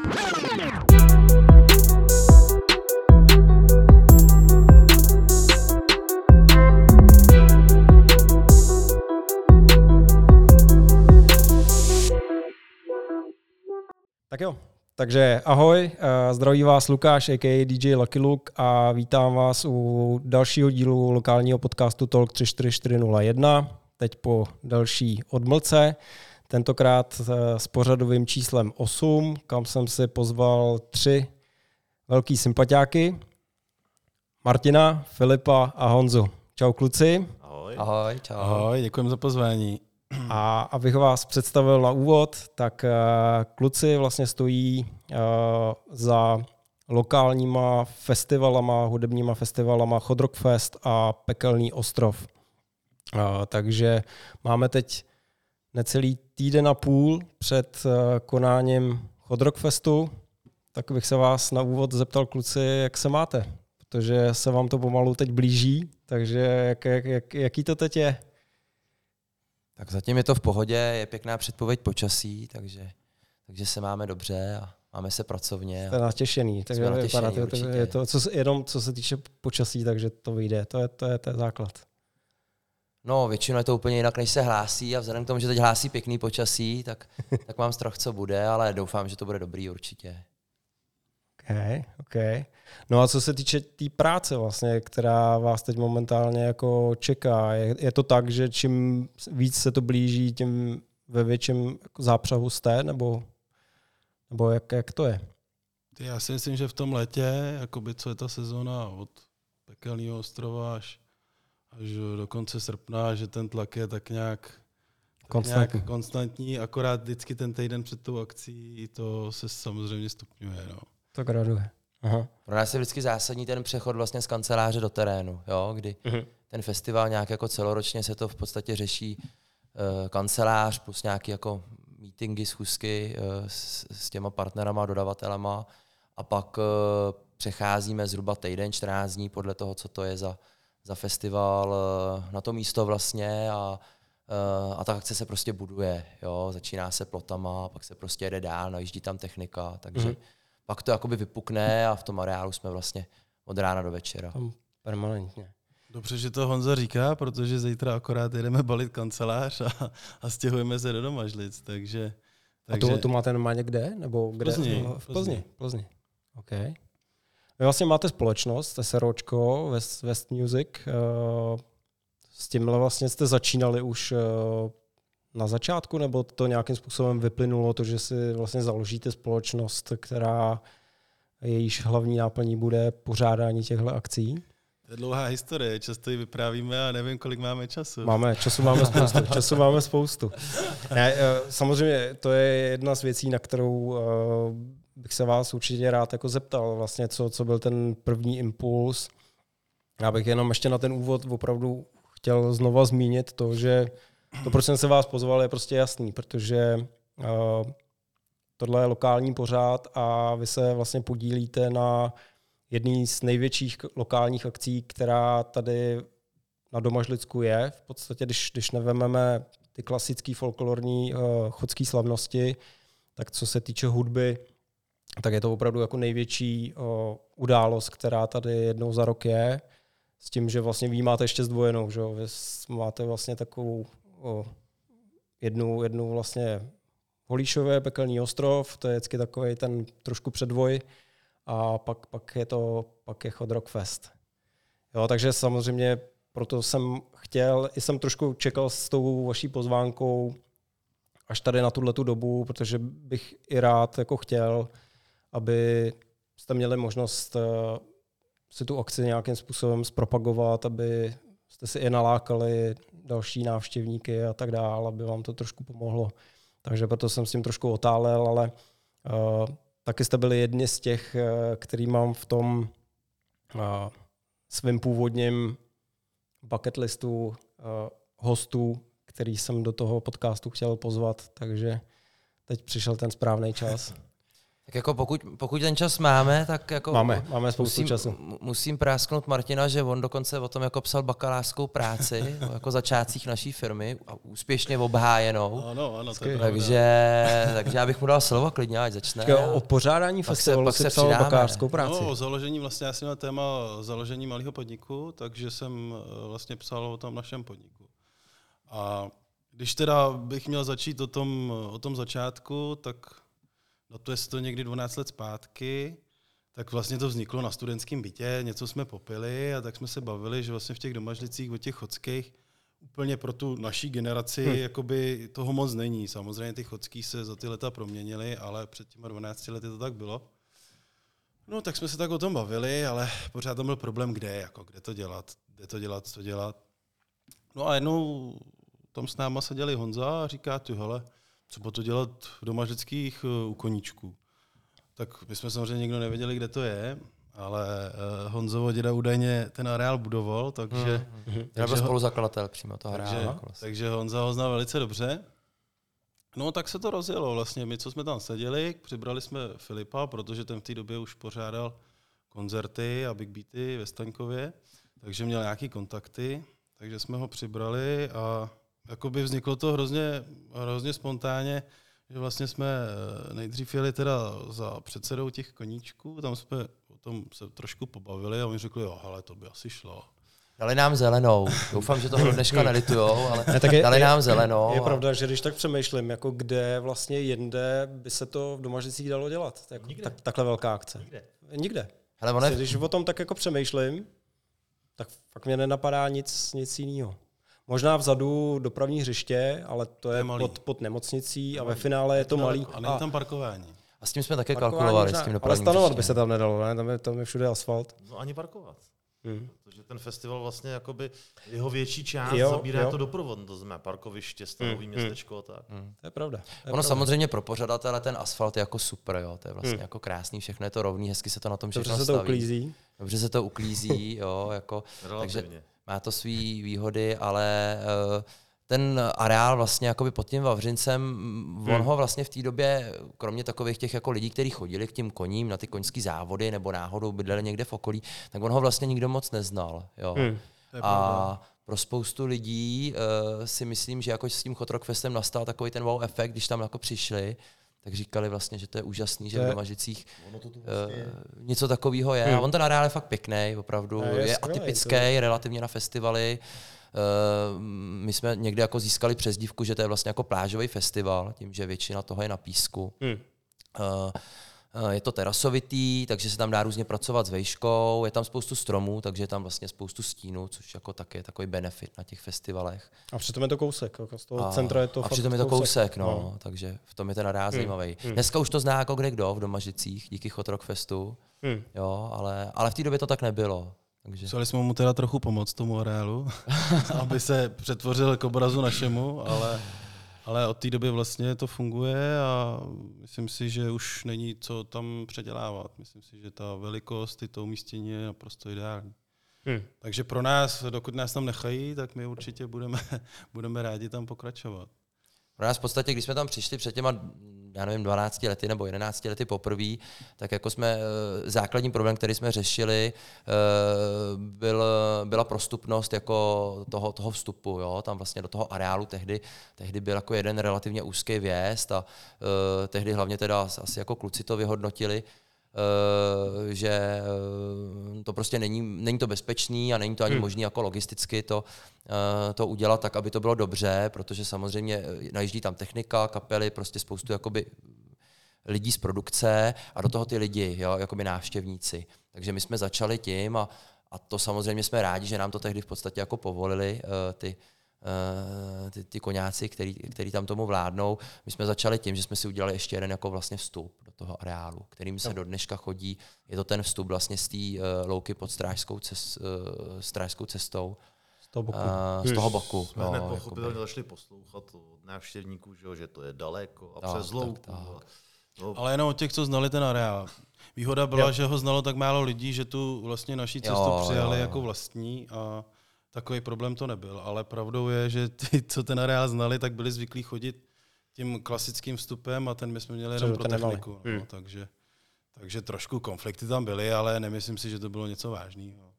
Tak jo, takže ahoj, zdraví vás Lukáš, a.k.a. DJ Lucky Luke a vítám vás u dalšího dílu lokálního podcastu Talk 34401, teď po další odmlce, tentokrát s pořadovým číslem 8, kam jsem si pozval 3 velký sympatiáky, Martina, Filipa a Honzu. Čau kluci. Ahoj. Ahoj, čau. Ahoj, děkujeme za pozvání. A abych vás představil na úvod, tak kluci vlastně stojí za lokálníma festivalama, hudebníma festivalama Hot Rock Fest a Pekelný ostrov. Takže máme teď necelý týden a půl před konáním Hot Rock Festu, tak bych se vás na úvod zeptal kluci, jak se máte, protože se vám to pomalu teď blíží, takže jaký to teď je? Tak zatím je to v pohodě, je pěkná předpověď počasí, takže se máme dobře a máme se pracovně. Jste natěšený, takže je to jenom co se týče počasí, takže to vyjde, to je základ. No, většinou je to úplně jinak, než se hlásí a vzhledem k tomu, že teď hlásí pěkný počasí, tak mám strach, co bude, ale doufám, že to bude dobrý určitě. OK. No a co se týče té práce vlastně, která vás teď momentálně jako čeká, je to tak, že čím víc se to blíží, tím ve větším zápřahu jste, nebo jak to je? Já si myslím, že v tom létě, jakoby co je ta sezóna od Pekelného ostrova až do konce srpna, že ten tlak je tak nějak konstantní, akorát vždycky ten týden před tou akcí to se samozřejmě stupňuje. No. To graduje. Aha. Pro nás je vždycky zásadní ten přechod vlastně z kanceláře do terénu, jo? Kdy ten festival nějak jako celoročně se to v podstatě řeší kancelář plus nějaké jako meetingy, schůzky s těma partnerama, dodavatelema a pak přecházíme zhruba týden, 14 dní podle toho, co to je za festival na to místo vlastně a ta akce se prostě buduje, jo? Začíná se plotama, pak se prostě jede dál, najíždí tam technika, takže pak to jakoby vypukne a v tom areálu jsme vlastně od rána do večera. Permanentně. Dobře, že to Honza říká, protože zítra akorát jedeme balit kancelář a stěhujeme se do Domažlic, takže... A to máte normálně kde? Nebo kde? V Plzni. OK. Vy vlastně máte společnost, SROčko, West Music. S tímhle vlastně jste začínali už na začátku, nebo to nějakým způsobem vyplynulo to, že si vlastně založíte společnost, která jejíž hlavní náplní bude pořádání těchto akcí? To je dlouhá historie, často ji vyprávíme a nevím, kolik máme času. Času máme spoustu. Ne, samozřejmě to je jedna z věcí, na kterou bych se vás určitě rád jako zeptal, vlastně co byl ten první impuls. Já bych jenom ještě na ten úvod opravdu chtěl znova zmínit to, že to, proč jsem se vás pozval, je prostě jasný, protože tohle je lokální pořád a vy se vlastně podílíte na jedné z největších lokálních akcí, která tady na Domažlicku je. V podstatě, když nevememe ty klasické folklorní chodské slavnosti, tak co se týče hudby, tak je to opravdu jako největší událost, která tady jednou za rok je. S tím, že vlastně vy máte ještě zdvojenou, že vy máte vlastně takovou jednu vlastně Holíšové, Pekelný ostrov, to je vždycky takový ten trošku předvoj a pak je Hot Rock Fest. Jo, takže samozřejmě proto jsem jsem trošku čekal s tou vaší pozvánkou až tady na tuhletu dobu, protože bych i rád jako chtěl, aby jste měli možnost si tu akci nějakým způsobem zpropagovat, aby jste si i nalákali další návštěvníky a tak dále, aby vám to trošku pomohlo. Takže proto jsem s tím trošku otálel, ale taky jste byli jedni z těch, který mám v tom svým původním bucket listu hostů, který jsem do toho podcastu chtěl pozvat, takže teď přišel ten správný čas. Tak jako pokud ten čas máme, tak jako máme spoustu času. Musím prásknout Martina, že on dokonce o tom jako psal bakalářskou práci o jako začátcích naší firmy a úspěšně obhájenou. Ano, to je takže já bych mu dal slovo klidně, ať začne. O pořádání festivalu si psal bakalářskou práci. No, o založení vlastně, já jsem měl téma založení malého podniku, takže jsem vlastně psal o tom našem podniku. A když teda bych měl začít o tom začátku, tak datuje se to někdy 12 let zpátky, tak vlastně to vzniklo na studentském bytě, něco jsme popili a tak jsme se bavili, že vlastně v těch Domažlicích o těch chodských úplně pro tu naší generaci jakoby toho moc není. Samozřejmě ty chodský se za ty leta proměnily, ale před těma 12 lety to tak bylo. No tak jsme se tak o tom bavili, ale pořád tam byl problém, kde to dělat, co dělat. No a jednou tam s náma seděli Honza a říká, hele, co bylo to dělat v Domažlických u Koníčků. Tak my jsme samozřejmě nikdo nevěděli, kde to je, ale Honzovo děda údajně ten areál budoval, takže... Já byl spoluzakladatel přímo toho areálu. Takže Honza ho znal velice dobře. No tak se to rozjelo vlastně. My, co jsme tam seděli, přibrali jsme Filipa, protože ten v té době už pořádal koncerty a big beaty ve Staňkově, takže měl nějaký kontakty, takže jsme ho přibrali a jakoby vzniklo to hrozně spontánně, že vlastně jsme nejdřív jeli teda za předsedou těch Koníčků, tam jsme o tom se trošku pobavili a oni řekli, jo, hele, to by asi šlo. Dali nám zelenou. Doufám, že toho dneška nelitujou, ale dali nám zelenou. Je pravda, že když tak přemýšlím, jako kde vlastně jinde by se to v Domažlicích dalo dělat. Jako takhle velká akce. Nikde. Hele, když o tom tak jako přemýšlím, tak fakt mě nenapadá nic jiného. Možná vzadu dopravní hřiště, ale to je pod nemocnicí a ve finále je to malý. A není tam parkování. A s tím jsme také kalkulovali, s tím dopravním ale stanovat hřištěm. by se tam nedalo, ne? Tam je všude asfalt. No ani parkovat. Protože ten festival vlastně jakoby jeho větší část zabírá to doprovodno, to znamená parkoviště, stanový městečko a tak. To je pravda. Samozřejmě pro pořadatele ten asfalt je jako super, jo, to je vlastně jako krásný, všechno je to rovný, hezky se to na tom všechno staví. Dobře se to uklízí, jo, jako, takže má to svý výhody, ale ten areál vlastně jakoby pod tím Vavřincem, on ho vlastně v té době, kromě takových těch jako lidí, kteří chodili k těm koním na ty koňský závody nebo náhodou bydleli někde v okolí, tak on ho vlastně nikdo moc neznal. Jo. A pro spoustu lidí si myslím, že jako s tím Hot Rock Festem nastal takový ten wow efekt, když tam jako přišli, tak říkali vlastně, že to je úžasný, že v Domažlicích něco takového je. A on ten areál je fakt pěkný, opravdu. Je atypický, relativně na festivaly. My jsme někdy jako získali přezdívku, že to je vlastně jako plážový festival, tím, že většina toho je na písku. Je to terasovitý, takže se tam dá různě pracovat s vejškou, je tam spoustu stromů, takže je tam vlastně spoustu stínů, což jako taky je takový benefit na těch festivalech. A přitom je to kousek, z toho centra je to fakt přitom je to kousek, no. Takže v tom je ten areál zajímavý. Dneska už to zná jako kdekdo v Domažlicích, díky Hot Rock Festu, jo, ale v té době to tak nebylo. Museli jsme mu teda trochu pomoct tomu areálu, aby se přetvořil k obrazu našemu, ale od té doby vlastně to funguje a myslím si, že už není co tam předělávat. Myslím si, že ta velikost i to umístění je naprosto ideální. Takže pro nás, dokud nás tam nechají, tak my určitě budeme rádi tam pokračovat. Pro nás v podstatě, když jsme tam přišli před těma, já nevím, 12 lety nebo 11 lety poprvé, tak jako jsme, základní problém, který jsme řešili, byla prostupnost jako toho vstupu. Jo? Tam vlastně do toho areálu tehdy byl jako jeden relativně úzký vjezd a tehdy hlavně teda asi jako kluci to vyhodnotili, že to prostě není to bezpečný a není to ani možný jako logisticky to udělat tak, aby to bylo dobře, protože samozřejmě najíždí tam technika, kapely, prostě spoustu jakoby lidí z produkce a do toho ty lidi, jo, jakoby návštěvníci. Takže my jsme začali tím a to samozřejmě jsme rádi, že nám to tehdy v podstatě jako povolili ty koňáci, který tam tomu vládnou. My jsme začali tím, že jsme si udělali ještě jeden jako vlastně vstup do toho areálu, kterým se do dneška chodí. Je to ten vstup vlastně z té louky pod Strážskou cestou. Z toho boku. Jsme hned pochopitelně začali poslouchat od návštěvníků, že to je daleko a přes louku. Ale jenom od těch, co znali ten areál. Výhoda byla, že ho znalo tak málo lidí, že tu vlastně naši cestu přijali jako vlastní a takový problém to nebyl, ale pravdou je, že ty, co ten areál znali, tak byli zvyklí chodit tím klasickým vstupem a ten my jsme měli jenom pro techniku. No, takže Takže trošku konflikty tam byly, ale nemyslím si, že to bylo něco vážného.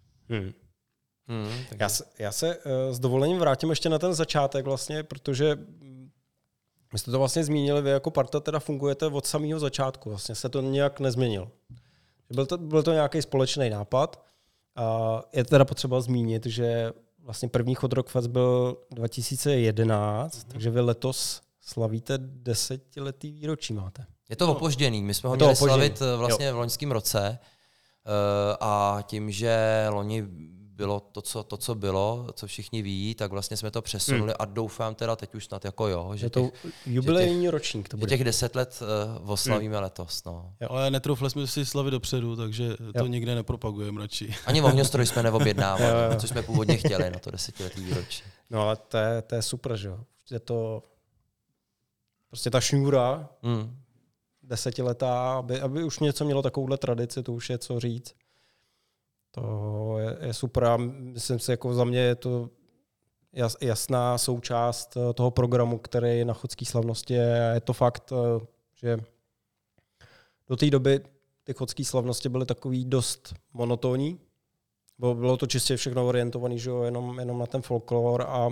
Já se s dovolením vrátím ještě na ten začátek vlastně, protože vy jste to vlastně zmínili, vy jako parta teda fungujete od samého začátku, vlastně se to nějak nezměnilo. Byl to nějaký společný nápad a je teda potřeba zmínit, že vlastně první Hot Rock Fest byl 2011, takže vy letos slavíte 10letý výročí máte. Je to opožděný, my jsme ho měli slavit vlastně v loňském roce a tím, že loni bylo to, co bylo, co všichni ví, tak vlastně jsme to přesunuli a doufám teda teď už snad jako že to jubilejní ročník to bude. Těch 10 let oslavíme letos. No. Ale netroufli jsme si slavit dopředu, takže to nikde nepropagujeme radši. Ani ohňostroj jsme neobjednávali, což jsme původně chtěli na to 10letý výročí. No ale to je super, že jo. Je to prostě ta šňůra 10letá, aby už něco mělo takovouhle tradici, to už je co říct. To je super a myslím si, jako za mě je to jasná součást toho programu, který na Chodské slavnosti je. Je to fakt, že do té doby ty Chodské slavnosti byly takový dost monotónní. Bylo to čistě všechno orientované, že jo, jenom na ten folklor a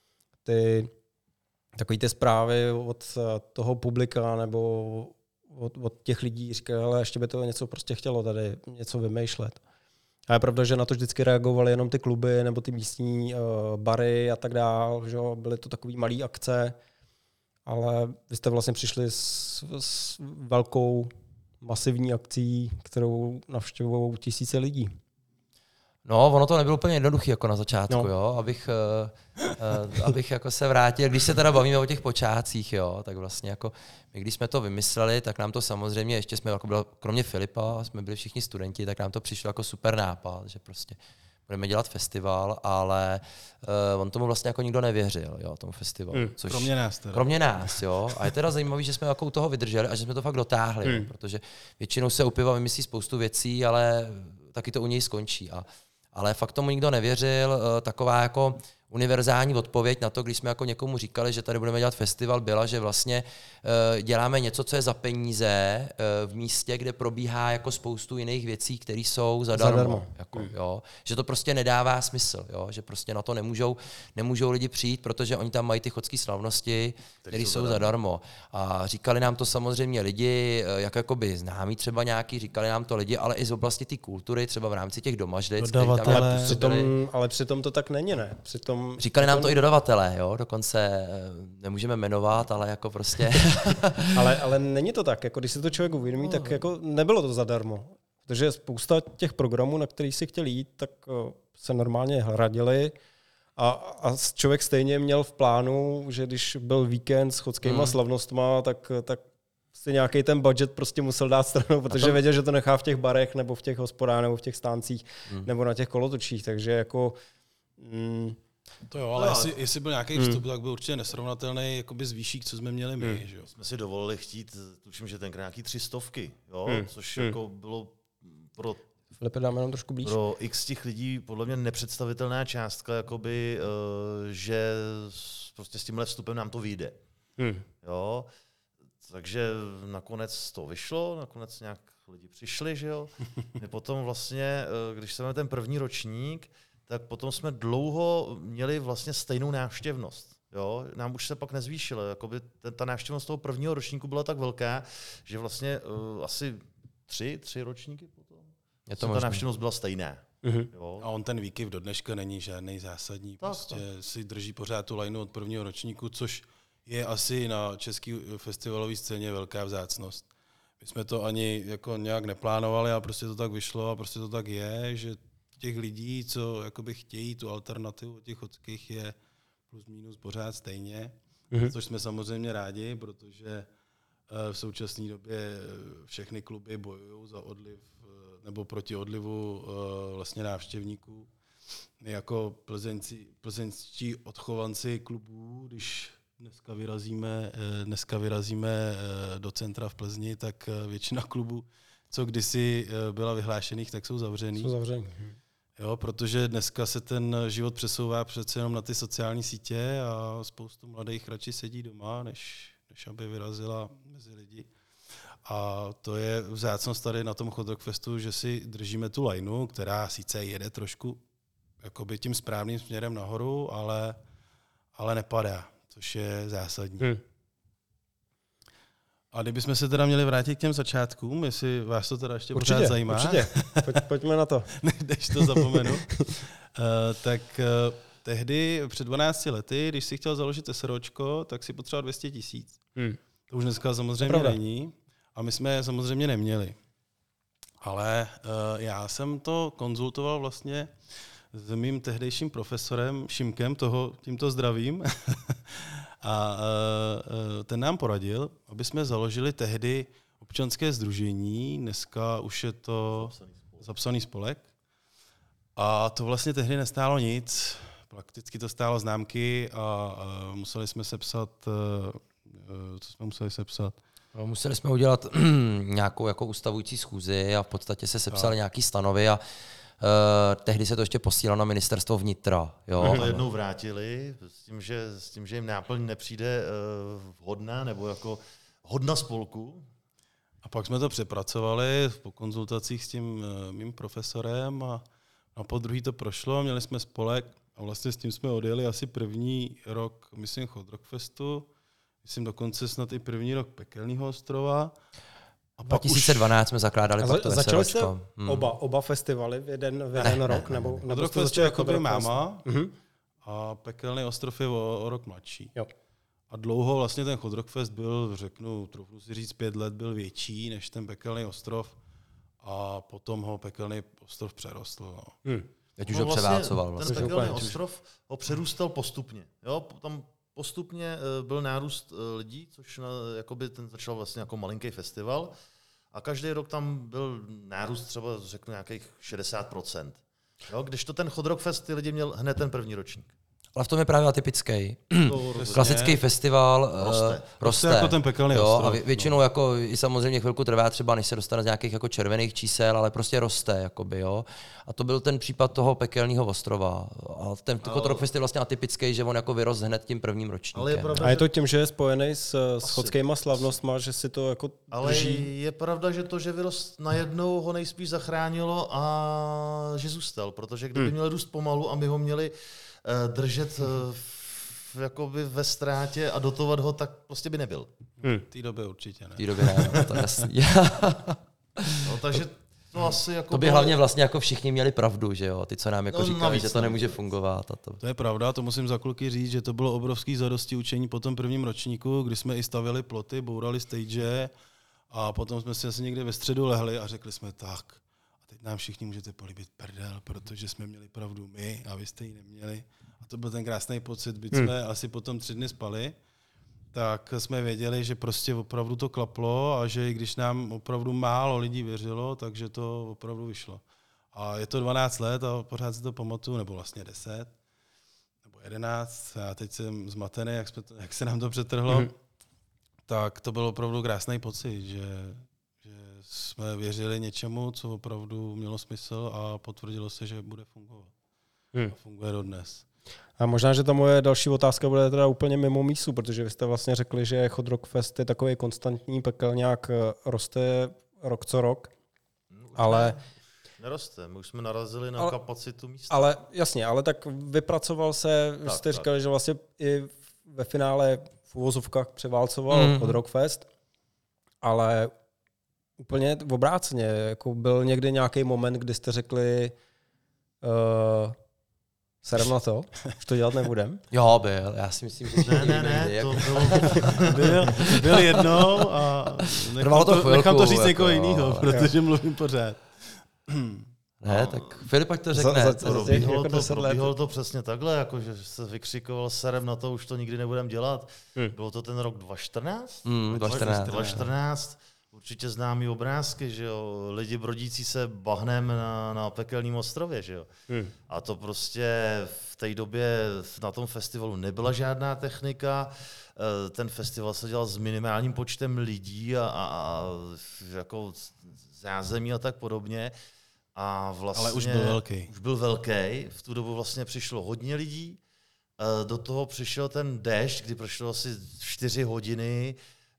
takový ty zprávy od toho publika nebo od těch lidí říkají, ale ještě by to něco prostě chtělo tady něco vymýšlet. A je pravda, že na to vždycky reagovaly jenom ty kluby nebo ty místní bary a tak dál, že byly to takové malé akce, ale vy jste vlastně přišli s velkou masivní akcí, kterou navštěvují tisíce lidí. No, ono to nebylo úplně jednoduché jako na začátku, jo, abych jako se vrátil, když se teda bavíme o těch počátcích, jo, tak vlastně jako my, když jsme to vymysleli, tak nám to samozřejmě, ještě jsme jako kromě Filipa, jsme byli všichni studenti, tak nám to přišlo jako super nápad, že prostě budeme dělat festival, ale on tomu vlastně jako nikdo nevěřil, jo, tomu festivalu. Což, kromě nás teda. Kromě nás, jo. A je teda zajímavé, že jsme jako u toho vydrželi a že jsme to fakt dotáhli, jo, protože většinou se u piva vymyslí spoustu věcí, ale taky to u něj skončí. Ale fakt tomu nikdo nevěřil, taková jako univerzální odpověď na to, když jsme jako někomu říkali, že tady budeme dělat festival, byla, že vlastně děláme něco, co je za peníze v místě, kde probíhá jako spoustu jiných věcí, které jsou zadarmo. Jako, jo. Že to prostě nedává smysl, jo. Že prostě na to nemůžou lidi přijít, protože oni tam mají ty chodské slavnosti, které jsou zadarmo. A říkali nám to samozřejmě lidi, jak jakoby známí třeba nějaký, říkali nám to lidi, ale i z oblasti té kultury, třeba v rámci těch domažlic. Ale přitom to tak není, ne? Říkali nám to i dodavatelé, jo, dokonce nemůžeme jmenovat, ale jako prostě... ale není to tak, jako když si to člověk uvědomí, tak jako nebylo to zadarmo. Protože spousta těch programů, na kterých si chtěl jít, tak se normálně hradili a člověk stejně měl v plánu, že když byl víkend s chodskýma slavnostma, tak si nějaký ten budget prostě musel dát stranou, protože věděl, že to nechá v těch barech nebo v těch hospodách nebo v těch stáncích nebo na těch kolotočích, takže jako... To jo, ale jestli byl nějaký vstup, tak byl určitě nesrovnatelný jakoby z výšík, co jsme měli my. Že jo? Jsme si dovolili chtít, tuším, že tenkrát nějaký 300, jo? Což jako bylo pro x těch lidí podle mě nepředstavitelná částka, jakoby, že prostě s tímhle vstupem nám to vyjde. Jo? Takže nakonec to vyšlo, nakonec nějak lidi přišli, že jo? My potom vlastně, když jsme ten první ročník, tak potom jsme dlouho měli vlastně stejnou návštěvnost. Jo? Nám už se pak nezvýšilo. Jakoby ta návštěvnost toho prvního ročníku byla tak velká, že vlastně asi tři ročníky potom ta návštěvnost byla stejná. Jo? A on ten výkyv do dneška není žádný zásadní. Prostě si drží pořád tu lajnu od prvního ročníku, což je asi na české festivalové scéně velká vzácnost. My jsme to ani jako nějak neplánovali a prostě to tak vyšlo a prostě to tak je, že těch lidí, co jakoby chtějí tu alternativu od těch chodských, je plus minus pořád stejně, což jsme samozřejmě rádi, protože v současné době všechny kluby bojují za odliv nebo proti odlivu vlastně návštěvníků. My jako plzeňští odchovanci klubů, když dneska vyrazíme do centra v Plzni, tak většina klubů, co kdysi byla vyhlášených, tak jsou zavřený. Jo, protože dneska se ten život přesouvá přece jenom na ty sociální sítě a spoustu mladých radši sedí doma, než aby vyrazila mezi lidi. A to je vzácnost tady na tom Hot Rock Festu, že si držíme tu lineu, která sice jede trošku jakoby tím správným směrem nahoru, ale nepadá, což je zásadní. A kdybychom se teda měli vrátit k těm začátkům, jestli vás to teda ještě pořád zajímá. Určitě, pojďme na to. Než to zapomenu. Tak tehdy před 12 lety, když si chtěl založit SROčko, tak si potřeboval 200 000. To už dneska samozřejmě není. A my jsme je samozřejmě neměli. Ale já jsem to konzultoval vlastně s mým tehdejším profesorem Šimkem, tímto zdravím. A ten nám poradil, aby jsme založili tehdy občanské sdružení, dneska už je to zapsaný spolek. A to vlastně tehdy nestálo nic, prakticky to stálo známky a museli jsme sepsat, co jsme museli sepsat? Museli jsme udělat nějakou jako ustavující schůzi a v podstatě se sepsali nějaký stanovy a tehdy se to ještě posílalo na ministerstvo vnitra. Jo? To jednou vrátili s tím, že jim náplň nepřijde vhodná nebo jako hodna spolku. A pak jsme to přepracovali po konzultacích s tím mým profesorem a po druhý to prošlo, měli jsme spolek a vlastně s tím jsme odjeli asi první rok, myslím, Hot Rock Festu, myslím dokonce snad i první rok Pekelného ostrova. A 2012 jsme zakládali pak to začali jste oba festivaly v jeden rok? Nebo Hot Rock Fest je jakoby máma a Pekelný ostrov je o rok mladší. Jo. A dlouho vlastně ten Hot Rock Fest byl, řeknu, trochu si říct 5 let, byl větší než ten Pekelný ostrov a potom ho Pekelný ostrov přerostl. No. Teď už ho převálcoval. Vlastně. Ten Pekelný ostrov ho přerůstal postupně. Jo? Tam postupně byl nárůst lidí, což jakoby ten začal vlastně jako malinký festival a každý rok tam byl nárůst třeba, řeknu, nějakých 60%. Jo? Když to ten Hot Rock Fest, ty lidi měl hned ten první ročník. Ale v tom je právě atypický. Klasický festival roste. Jako ten Pekelný ostrov. A většinou jako i samozřejmě chvilku trvá třeba, než se dostane z nějakých jako červených čísel, ale prostě roste. Jakoby, jo. A to byl ten případ toho Pekelného ostrova. A ten Hot Rock Fest je vlastně atypický, že on jako vyrost hned tím prvním ročníkem. A je to tím, že je spojený s chodskýma slavnostma, že si to jako ale drží? Je pravda, že to, že vyrost najednou ho nejspíš zachránilo a že zůstal, protože kdyby měl růst pomalu a my ho měli držet jakoby ve ztrátě a dotovat ho, tak prostě by nebyl. V té době určitě ne. V té době ne, to je jasný. No, takže to asi jako... To by hlavně vlastně jako všichni měli pravdu, že jo? Ty, co nám jako říkali, že to nemůže fungovat. A to je pravda, to musím za kluky říct, že to bylo obrovský zadosti učení po tom prvním ročníku, kdy jsme i stavili ploty, bourali stage a potom jsme si asi někde ve středu lehli a řekli jsme tak. Teď nám všichni můžete políbit prdel, protože jsme měli pravdu my a vy jste ji neměli. A to byl ten krásný pocit, byť jsme asi potom 3 dny spali, tak jsme věděli, že prostě opravdu to klaplo a že i když nám opravdu málo lidí věřilo, takže to opravdu vyšlo. A je to 12 let a pořád si to pamatuju, nebo vlastně 10, nebo 11, já teď jsem zmatený, jak se nám to přetrhlo, tak to byl opravdu krásný pocit, že jsme věřili něčemu, co opravdu mělo smysl a potvrdilo se, že bude fungovat. A funguje dodnes. A možná, že ta moje další otázka bude teda úplně mimo mísu, protože vy jste vlastně řekli, že Hot Rock Fest je takový konstantní pekelňák, roste rok co rok, ale... Neroste, my už jsme narazili na kapacitu místa. Ale jasně, ale tak vypracoval se, jste říkali, že vlastně i ve finále v uvozovkách převálcoval Hot Rock Fest, ale úplně obráceně, jako byl někdy nějaký moment, kdy jste řekli serem na to, už to dělat nebudem? Jo, byl, já si myslím, že ne, to byl jednou a nechám to říct jako, někoho jiného, protože mluvím pořád. Ne, tak Filip, ať to řekne. Probíhalo to přesně takhle, jako, že se vykřikoval serem na to, už to nikdy nebudem dělat. Bylo to ten rok 2014? 2014. Určitě známý obrázky, že jo, lidi brodící se bahnem na Pekelném ostrově, že jo. A to prostě v té době na tom festivalu nebyla žádná technika, ten festival se dělal s minimálním počtem lidí a jako zázemí a tak podobně. A vlastně, ale už byl velký. Už byl velký, v tu dobu vlastně přišlo hodně lidí, do toho přišel ten déšť, kdy prošlo asi 4 hodiny,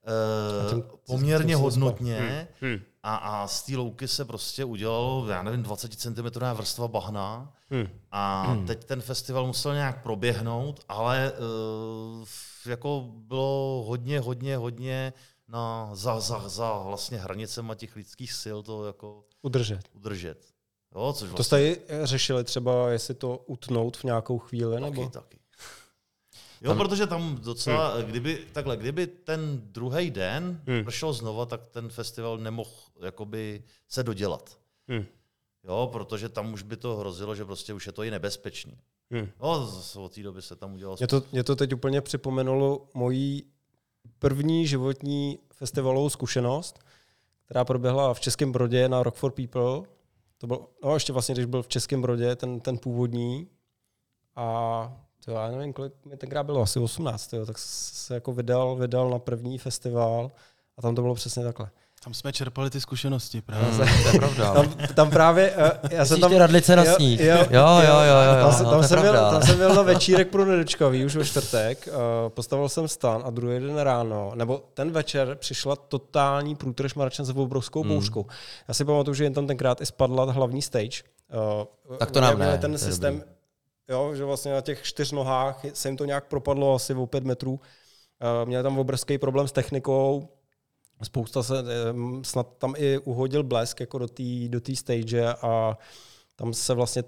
poměrně hodnotně a z té louky se prostě udělalo, já nevím, 20 cm vrstva bahna a teď ten festival musel nějak proběhnout, ale jako bylo hodně za vlastně hranicema těch lidských sil to jako udržet. Jo, což to jste řešili třeba, jestli to utnout v nějakou chvíli? Taky. Jo, protože tam docela, kdyby ten druhý den prošel znova, tak ten festival nemohl jakoby se dodělat. Jo, protože tam už by to hrozilo, že prostě už je to i nebezpečný. No, od té doby se tam udělalo. Mě to teď úplně připomenulo moji první životní festivalovou zkušenost, která proběhla v Českém Brodě na Rock for People. To bylo, ještě vlastně, když byl v Českém Brodě, ten původní. A já nevím, kolik mi tenkrát bylo, asi 18, tak se jako vydal na první festival a tam to bylo přesně takhle. Tam jsme čerpali ty zkušenosti, právě. To je pravda. Tam právě, já jsem tam... ty radlice na sníh. Jo. Tam jsem byl na večírek pro nedočkavý už ve čtvrtek, postavil jsem stan a druhý den ráno, nebo ten večer přišla totální průtrž maračen s obrovskou bouřkou. Já si pamatuju, že jen tam tenkrát i spadla hlavní stage. Tak to nám ne. Ten systém, jo, že vlastně na těch 4 nohách se jim to nějak propadlo asi o 5 metrů. Měli tam obrovský problém s technikou. Spousta se snad tam i uhodil blesk jako do té stage a tam se vlastně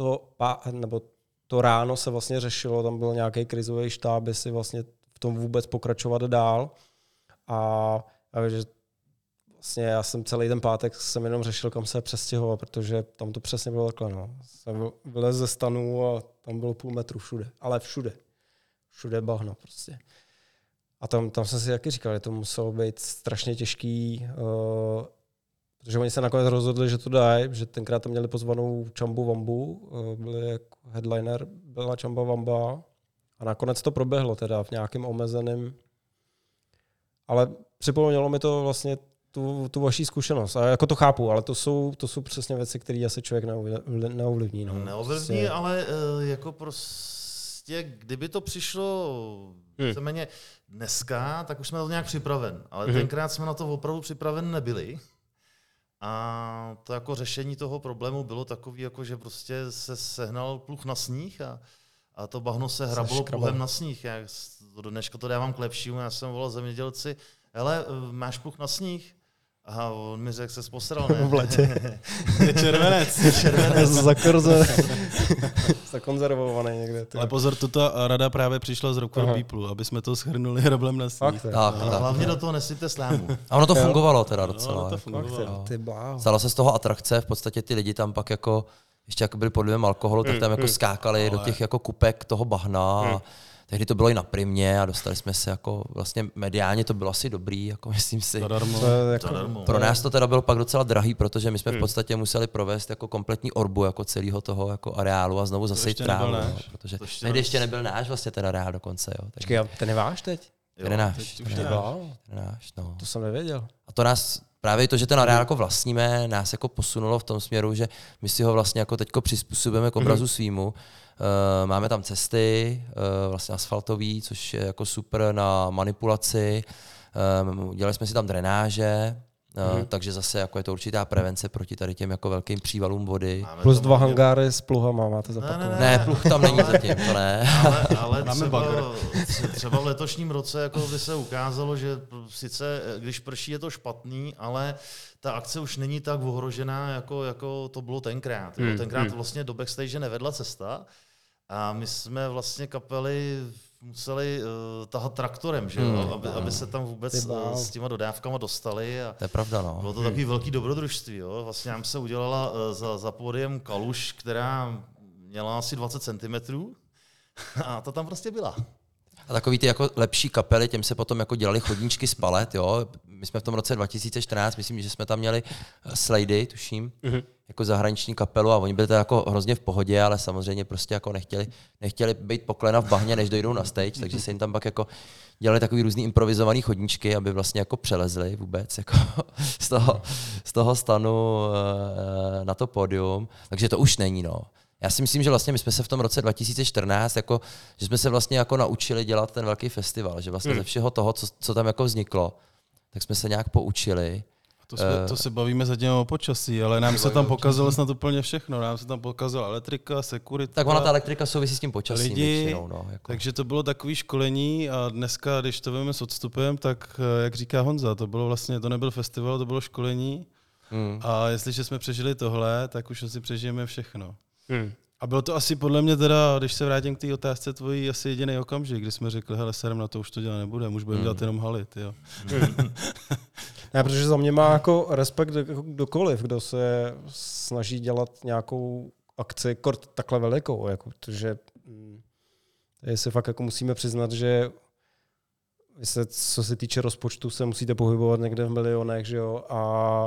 to ráno se vlastně řešilo, tam byl nějaký krizový štáb, jestli vlastně v tom vůbec pokračovat dál. A že vlastně já jsem celý ten pátek jsem jenom řešil, kam se přestěhovat, protože tam to přesně bylo takhle. No. Jsem vylez ze stanu a tam bylo 0,5 metru všude, ale všude bahno prostě. A tam jsem si taky říkal, že to muselo být strašně těžký, protože oni se nakonec rozhodli, že to dají, že tenkrát tam měli pozvanou Chambu Wambu, byli jako headliner, byla Chamba Wamba a nakonec to proběhlo teda v nějakém omezeném, ale připomnělo mi to vlastně tu vaší zkušenost. A jako to chápu, ale to jsou přesně věci, které asi člověk neovlivní. No. Neovlivní, prostě... ale jako prostě, kdyby to přišlo víceméně dneska, tak už jsme to nějak připraven. Ale tenkrát jsme na to opravdu připraven nebyli. A to jako řešení toho problému bylo takový, jako že prostě se sehnal pluh na sníh a to bahno se hrabalo pluhem na sníh. Já do dneška to dávám k lepšímu. Já jsem volal zemědělci, hele, máš pluh na sníh? A on mi řekl, se posral, ne? V letě. Červenec. Zakonzervovaný někde. Ale pozor, tuto rada právě přišla z Rock for People, aby jsme to shrnuli hrablem na sníh. Tak. Hlavně do toho nesypte slámu. A ono to fungovalo teda docela. No, to fungovalo. Stalo se z toho atrakce, v podstatě ty lidi tam pak jako, ještě jako byli pod vlivem alkoholu, tak tam jako skákali do těch jako kupek toho bahna. Tehdy to bylo i na Primě a dostali jsme se jako vlastně mediálně to bylo asi dobrý, jako myslím si. Zadarmo. Pro nás to teda bylo pak docela drahý, protože my jsme v podstatě museli provést jako kompletní orbu jako celého toho jako areálu a znovu zase trávu, protože tehdy ještě nebyl náš vlastně ten areál dokonce, jo. Počkej, ten je váš teď? Ten je náš. No. To jsem nevěděl. A to nás právě to, že ten areál jako vlastníme, nás jako posunulo v tom směru, že my si ho vlastně jako teďko přizpůsobujeme k obrazu svýmu. Máme tam cesty, vlastně asfaltový, což je jako super na manipulaci. Dělali jsme si tam drenáže, takže zase jako je to určitá prevence proti tady těm jako velkým přívalům vody. Plus 2 hangáry s pluhama máte zapakovat. Ne, pluh tam není zatím, to ne. Ale třeba v letošním roce jako by se ukázalo, že sice když prší je to špatný, ale ta akce už není tak ohrožená, jako to bylo tenkrát. Tenkrát vlastně do backstage nevedla cesta a my jsme vlastně kapely museli tahat traktorem, že aby se tam vůbec s těma dodávkama dostali. A to je pravda, no. Bylo to takový velký dobrodružství. Jo. Vlastně nám se udělala za pódiem kaluž, která měla asi 20 cm a to tam prostě byla. A takový ty jako lepší kapely, těm se potom jako dělali chodníčky z palet, jo. My jsme v tom roce 2014, myslím, že jsme tam měli Slady, tuším, jako zahraniční kapelu a oni byli to jako hrozně v pohodě, ale samozřejmě prostě jako nechtěli být poklena v bahně, než dojdou na stage, takže se jim tam pak jako dělali takový různý improvizovaný chodníčky, aby vlastně jako přelezli vůbec jako z toho stanu na to pódium, takže to už není, no. Já si myslím, že vlastně my jsme se v tom roce 2014 jako, že jsme se vlastně jako naučili dělat ten velký festival, že vlastně ze všeho toho, co tam jako vzniklo, tak jsme se nějak poučili. To se bavíme zatím o počasí, ale nám se tam pokazilo snad úplně všechno. Nám se tam pokazala elektrika, sekurita. Tak ona ta elektrika souvisí s tím počasím lidi, většinou. No, jako. Takže to bylo takové školení a dneska, když to veme s odstupem, tak jak říká Honza, to bylo vlastně, to nebyl festival, to bylo školení. A jestliže jsme přežili tohle, tak už asi přežijeme všechno. A bylo to asi podle mě teda, když se vrátím k té otázce tvojí, asi jediný okamžik, kdy jsme řekli, hele, serem na to už to dělat nebude, už budeme dělat jenom halit, jo. Ne, protože za mě má jako respekt kdokoliv, kdo se snaží dělat nějakou akci kort takhle velikou, jako, protože se fakt jako musíme přiznat, že co se týče rozpočtu, se musíte pohybovat někde v milionech, že jo, a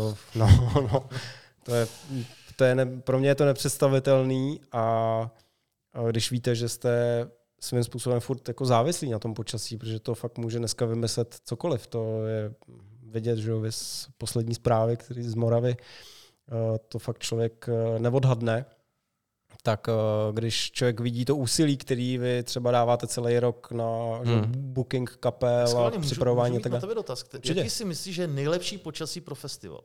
pro mě je to nepředstavitelný a když víte, že jste svým způsobem furt jako závislí na tom počasí, protože to fakt může dneska vymyslet cokoliv. To je vidět, že z poslední zprávy, který z Moravy, to fakt člověk neodhadne. Tak když člověk vidí to úsilí, který vy třeba dáváte celý rok na booking kapel a připravování. Můžu mít na tebe dotaz. Jaký si myslíš, že je nejlepší počasí pro festival?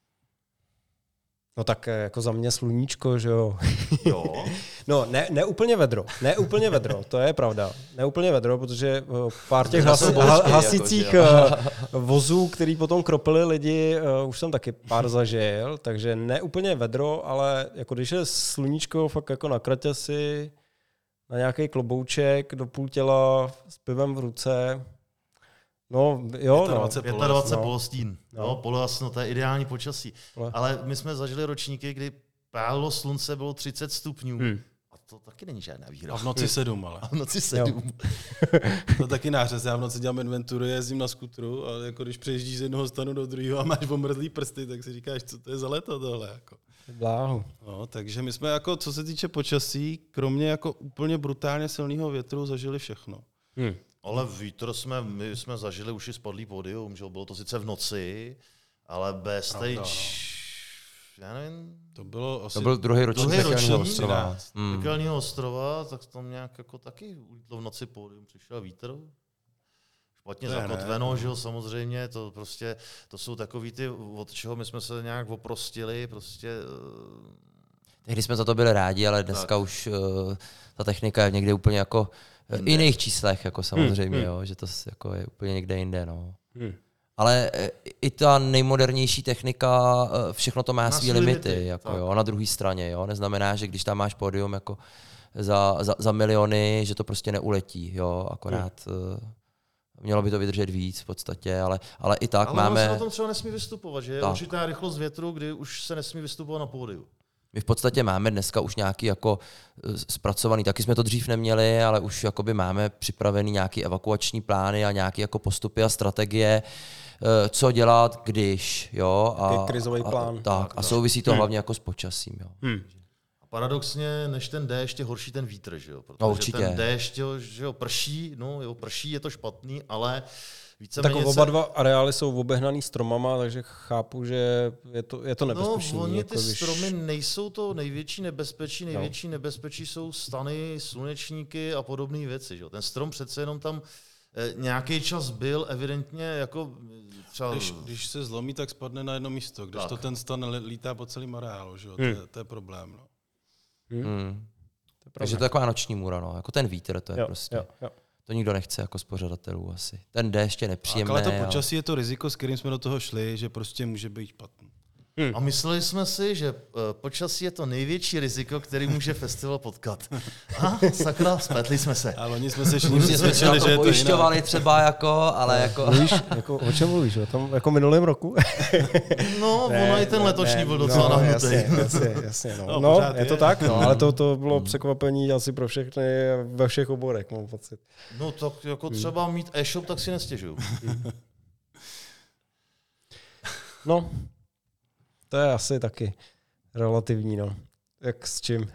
No tak jako za mě sluníčko, že jo. Jo? No, ne úplně vedro, to je pravda. Ne úplně vedro, protože pár těch hasicích vozů, který potom kropili lidi, už jsem taky pár zažil, takže ne úplně vedro, ale jako když je sluníčko fakt jako na kraťasi, na nějaký klobouček, do půl těla, s pivem v ruce. No, jo, 25 polostín. No, polohasno, to je ideální počasí. Ale my jsme zažili ročníky, kdy pálilo slunce, bylo 30 stupňů. A to taky není žádná výhra. A v noci 7, ale. A v noci 7. To taky nářez. Já v noci dělám inventuru, jezdím na skutru, ale jako když přejíždíš z jednoho stanu do druhého a máš omrzlý prsty, tak si říkáš, co to je za léto tohle. Jako. Bláhu. No, takže my jsme jako, co se týče počasí, kromě jako úplně brutálně silného větru, zažili všechno. Ale vítr my jsme zažili už i spadlý pódium, že bylo to sice v noci, ale B-stage, já nevím. To byl druhý ročník Pekelního ostrova. Pekelního ostrova, tak tam nějak jako taky ulítlo v noci pódium, přišel vítr. Špatně zakotveno, že jo, samozřejmě, to jsou takový ty, od čeho my jsme se nějak oprostili, prostě. Tehdy jsme za to byli rádi, ale dneska už ta technika je někde úplně jako v jiných číslech, jako samozřejmě, jo, že to jako je úplně někde jinde. No. Ale i ta nejmodernější technika, všechno to má své limity. Jako, jo, na druhé straně. Jo. Neznamená, že když tam máš pódium jako za miliony, že to prostě neuletí. Jo. Akorát mělo by to vydržet víc v podstatě, ale i tak máme... Ale se na tom třeba nesmí vystupovat, že je určitá rychlost větru, kdy už se nesmí vystupovat na pódiu. My v podstatě máme dneska už nějaký jako zpracovaný, taky jsme to dřív neměli, ale už jakoby máme připravený nějaký evakuační plány a nějaké jako postupy a strategie, co dělat, když, jo. Krizový plán. Tak, a souvisí to hlavně jako s počasím, jo. A paradoxně, než ten déšť je horší ten vítr, že jo. Protože určitě. Ten déšť, že jo, prší, prší, je to špatný, ale tak oba dva areály jsou obehnaný stromama, takže chápu, že je to nebezpečné. No, oni ty stromy nejsou to největší nebezpečí. Největší nebezpečí jsou stany, slunečníky a podobné věci. Že? Ten strom přece jenom tam nějaký čas byl evidentně jako třeba... Když se zlomí, tak spadne na jedno místo. Když to ten stan lítá po celém areálu, že? To je problém. No. Takže to je taková noční můra, no. Jako ten vítr, to je prostě... Jo. To nikdo nechce jako z pořadatelů asi. Ten déšť je nepříjemný. Ale to počasí je to riziko, s kterým jsme do toho šli, že prostě může být špatný. A mysleli jsme si, že počasí je to největší riziko, který může festival potkat. Sakra, spletli jsme se. Ale oni jsme se všichni přesvědčili, že je to pojišťovali třeba jako, ale jako... Mluvíš, jako o čem mluvíš? O tom jako minulém roku? No, ono i ten letošní byl docela nahnutý. Jasně. No, je to tak, no, ale to bylo překvapení asi pro všechny ve všech oborech, mám pocit. No, tak jako třeba mít e-shop, tak si nestěžuju. No, to je asi taky relativní, no. Jak s čím.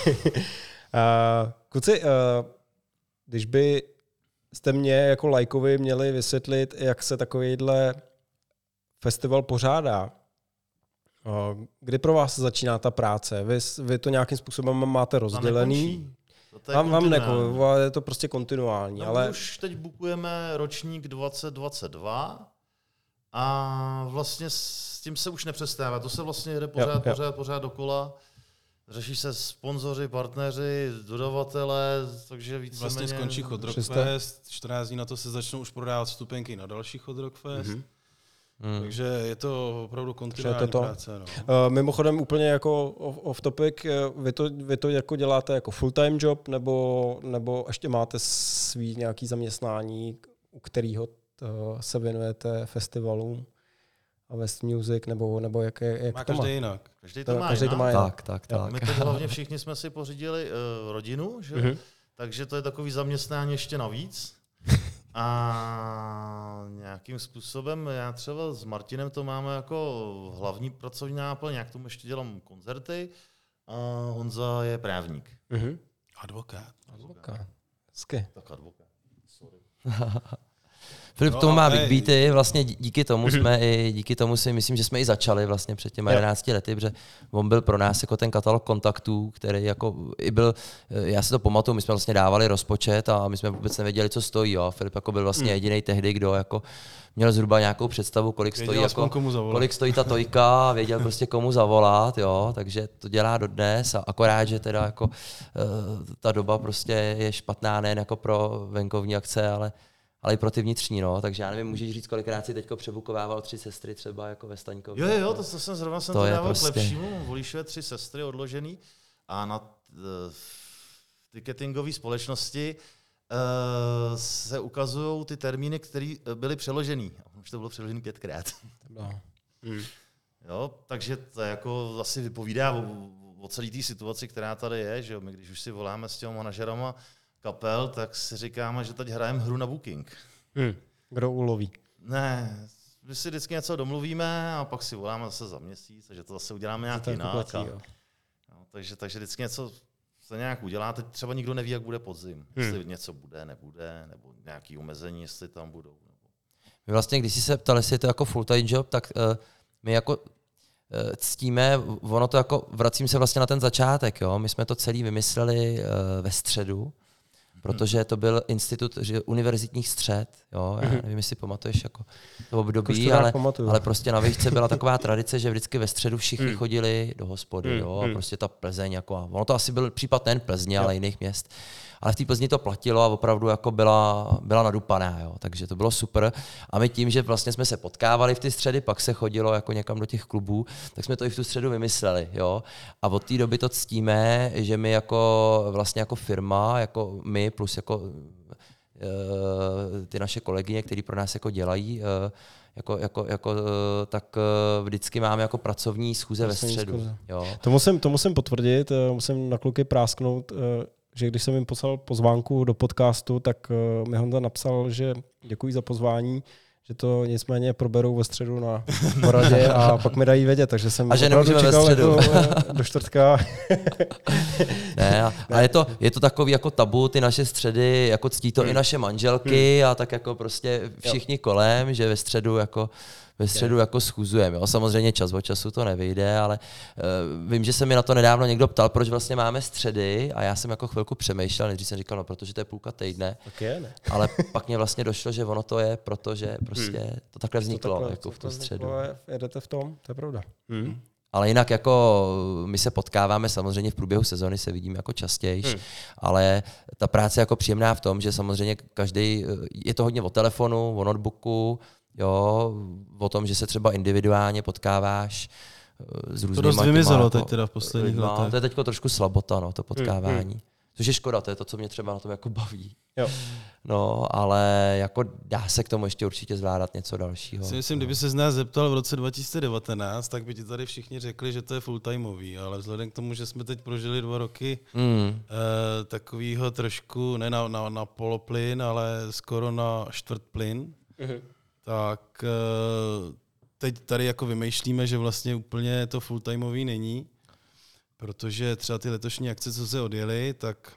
Kluci, když byste mě jako lajkovi měli vysvětlit, jak se takovýhle festival pořádá, kdy pro vás začíná ta práce? Vy to nějakým způsobem máte rozdělený? Je to prostě kontinuální. No, ale už teď bookujeme ročník 2022 a vlastně s tím se už nepřestává. To se vlastně jde pořád dokola. Řeší se sponzoři, partneři, dodavatele, takže víceméně... Vlastně skončí Hot Rock Fest, 14 dní na to se začnou už prodávat vstupenky na další Hot Rock Fest. Takže je to opravdu kontinuální práce. No. Mimochodem úplně jako off topic, vy to jako děláte jako full-time job, nebo ještě máte svý nějaký zaměstnání, u kterého se věnujete festivalům a West Music, nebo jak má to má? Každý jinak. Každý to má jinak. Tak. My teď hlavně všichni jsme si pořídili rodinu, že? Takže to je takový zaměstnání ještě navíc. A nějakým způsobem, já třeba s Martinem to máme jako hlavní pracovní náplň, jak tomu ještě dělám koncerty a Honza je právník. Advokát. Hezky. Tak advokát. Sorry. Filip tomu má Big Beaty, vlastně díky tomu si myslím, že jsme i začali vlastně před těmi 11 lety, protože on byl pro nás jako ten katalog kontaktů, který jako i byl, já si to pamatuju, my jsme vlastně dávali rozpočet a my jsme vůbec nevěděli, co stojí, jo. Filip jako byl vlastně jediný tehdy, kdo jako měl zhruba nějakou představu, kolik stojí ta tojka a věděl prostě komu zavolat, jo, takže to dělá dodnes a akorát, že teda jako ta doba prostě je špatná nejen jako pro venkovní akce, ale i pro ty vnitřní, no. Takže já nevím, můžeš říct, kolikrát si teďko přebukovával 3 sestry třeba jako ve Staňkově. Jo, to jsem zrovna to dával prostě k lepšímu. Volíšové 3 sestry odložený a na ticketingové společnosti se ukazují ty termíny, které byly přeložený. Už to bylo přeložený 5krát. Jo, takže to jako asi vypovídá o celé té situaci, která tady je, že jo. My když už si voláme s těmi manažerama kapel, tak si říkáme, že teď hrajeme hru na booking. Kdo uloví? Ne, my si vždycky něco domluvíme a pak si voláme zase za měsíc, takže to zase uděláme nějak jinak. Takže vždycky něco se nějak udělá. Teď třeba nikdo neví, jak bude podzim. Jestli něco bude, nebude, nebo nějaké omezení, jestli tam budou. My vlastně, když jsi se ptal, jestli je to jako full-time job, tak my jako ctíme, ono to jako, vracím se vlastně na ten začátek, jo? My jsme to celý vymysleli ve středu, protože to byl institut univerzitních střed, jo, já nevím, jestli pamatuješ jako to období, ale prostě na výšce byla taková tradice, že vždycky ve středu všichni chodili do hospody, jo, a prostě ta Plzeň, jako, a ono to asi byl případ nejen Plzně, ale jiných měst. Ale v té Plzni to platilo a opravdu jako byla nadupaná, jo. Takže to bylo super. A my tím, že vlastně jsme se potkávali v ty středy, pak se chodilo jako někam do těch klubů, tak jsme to i v tu středu vymysleli, jo. A od té doby to ctíme, že my jako vlastně jako firma, jako my plus jako ty naše kolegyně, kteří pro nás jako dělají, tak vždycky máme jako pracovní schůze ve středu. Jo. To musím potvrdit, musím na kluky prásknout, že když jsem jim poslal pozvánku do podcastu, tak mi Honza napsal, že děkuji za pozvání, že to nicméně proberou ve středu na poradě a pak mi dají vědět, takže jsem opravdu čekal jako do čtvrtka. Ne, a je to takový jako tabu, ty naše středy, jako ctí to i naše manželky a tak jako prostě všichni kolem, že ve středu jako schůzujeme. Jo. Samozřejmě čas od času to nevyjde, ale vím, že se mi na to nedávno někdo ptal, proč vlastně máme středy a já jsem jako chvilku přemýšlel, nejdřív jsem říkal, no protože to je půlka týdne, ne? Ale pak mě vlastně došlo, že ono to je, protože prostě to takhle vzniklo jako v tu středu. Jedete v tom, to je pravda. Ale jinak jako my se potkáváme samozřejmě v průběhu sezony, se vidíme jako častěji, ale ta práce je jako příjemná v tom, že samozřejmě každý, je to hodně o telefonu, o notebooku, jo, o tom, že se třeba individuálně potkáváš s různými. To dost vymizelo teď teda v posledních letech. To je teď trošku slabota, no, to potkávání. Což je škoda, to je to, co mě třeba na tom jako baví. Jo. No, ale jako dá se k tomu ještě určitě zvládat něco dalšího. Myslím, kdyby se z nás zeptal v roce 2019, tak by ti tady všichni řekli, že to je full-timeový, ale vzhledem k tomu, že jsme teď prožili 2 roky takovýho trošku, ne na poloplyn, ale skoro na čtvrtplyn, tak teď tady jako vymýšlíme, že vlastně úplně to full-timeový není, protože třeba ty letošní akce, co se odjeli, tak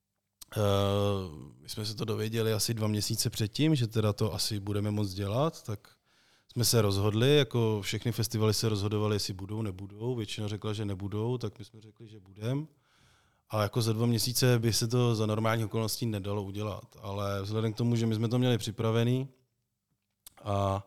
my jsme se to dověděli asi 2 měsíce předtím, že teda to asi budeme moct dělat, tak jsme se rozhodli, jako všechny festivaly se rozhodovaly, jestli budou, nebudou, většina řekla, že nebudou, tak my jsme řekli, že budeme. A jako za 2 měsíce by se to za normální okolností nedalo udělat, ale vzhledem k tomu, že my jsme to měli připravený a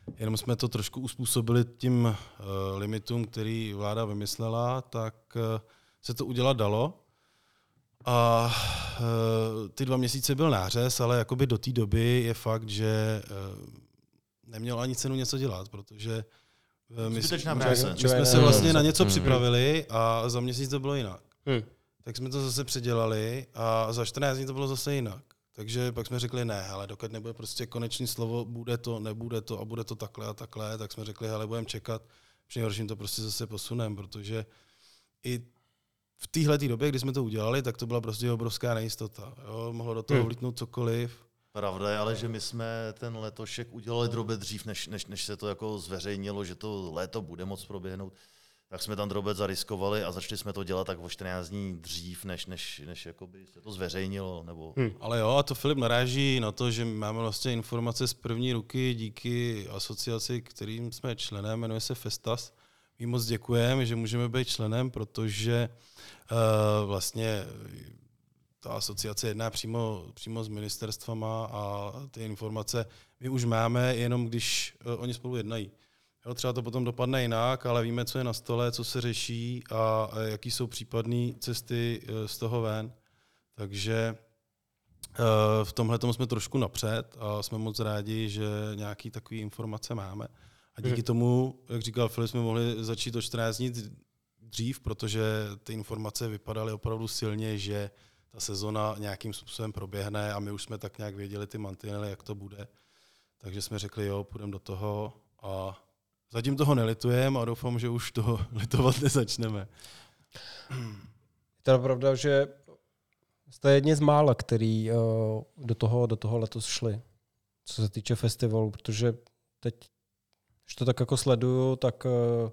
jenom jsme to trošku uspůsobili tím limitům, který vláda vymyslela, tak se to udělat dalo. A ty 2 měsíce byl nářez, ale jakoby do té doby je fakt, že nemělo ani cenu něco dělat, protože my jsme se vlastně na něco připravili a za měsíc to bylo jinak. Tak jsme to zase předělali a za 14 dní to bylo zase jinak. Takže pak jsme řekli ne, ale dokud nebude prostě konečné slovo, bude to, nebude to a bude to takhle a takhle, tak jsme řekli, hele, budeme čekat, při nejhorším to prostě zase posuneme, protože i v téhletý době, kdy jsme to udělali, tak to byla prostě obrovská nejistota. Jo? Mohlo do toho vlítnout cokoliv. Pravda je ale, že my jsme ten letošek udělali drobec dřív, než se to jako zveřejnilo, že to léto bude moc proběhnout. Tak jsme tam drobec zariskovali a začali jsme to dělat tak o 14 dní dřív, než jakoby se to zveřejnilo. Nebo... Ale jo, a to Filip naráží na to, že máme vlastně informace z první ruky díky asociaci, kterým jsme členem, jmenuje se Festas. My moc děkujeme, že můžeme být členem, protože vlastně ta asociace jedná přímo s ministerstvama a ty informace my už máme, jenom když oni spolu jednají. Jo, třeba to potom dopadne jinak, ale víme, co je na stole, co se řeší a jaký jsou případné cesty z toho ven. Takže v tomhle tomu jsme trošku napřed a jsme moc rádi, že nějaké takové informace máme. A díky tomu, jak říkal Filip, jsme mohli začít o 14 dní dřív, protože ty informace vypadaly opravdu silně, že ta sezona nějakým způsobem proběhne a my už jsme tak nějak věděli ty mantinely, jak to bude. Takže jsme řekli, jo, půjdeme do toho a zatím toho nelitujeme a doufám, že už toho litovat nezačneme. Je teda pravda, že jste jedni z mála, který do toho letos šli, co se týče festivalu, protože teď, když to tak jako sleduju, tak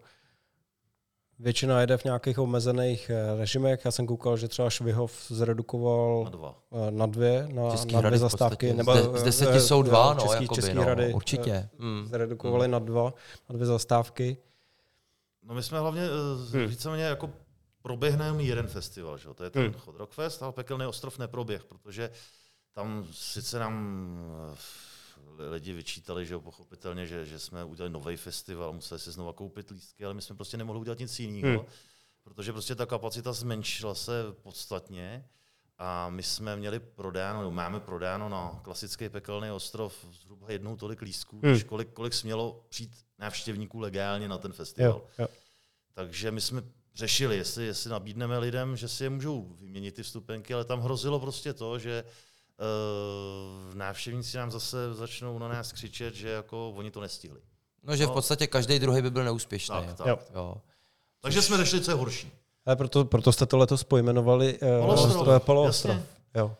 většina jede v nějakých omezených režimech. Já jsem koukal, že třeba Švihov zredukoval na dvě zastávky. Nebo z 10 jsou 2, Český rady určitě. Zredukovali na dvě zastávky. No my jsme hlavně víceméně jako proběhneme jeden festival, že? To je ten Hot Rock Fest, ale Pekelný ostrov neproběh, protože tam sice nám lidi vyčítali, že pochopitelně, že jsme udělali nový festival, museli si znova koupit lístky, ale my jsme prostě nemohli udělat nic jiného, protože prostě ta kapacita zmenšila se podstatně a my jsme máme prodáno na klasický Pekelný ostrov zhruba 1 tolik lístků, než kolik smělo přijít návštěvníků legálně na ten festival. Jo. Takže my jsme řešili, jestli nabídneme lidem, že si je můžou vyměnit ty vstupenky, ale tam hrozilo prostě to, že návštěvníci nám zase začnou na nás křičet, že jako oni to nestihli. No, že v podstatě každý druhý by byl neúspěšný. Jo. Takže jsme řešili, co je horší. Ale proto jste to letos pojmenovali poloostrov. Jo.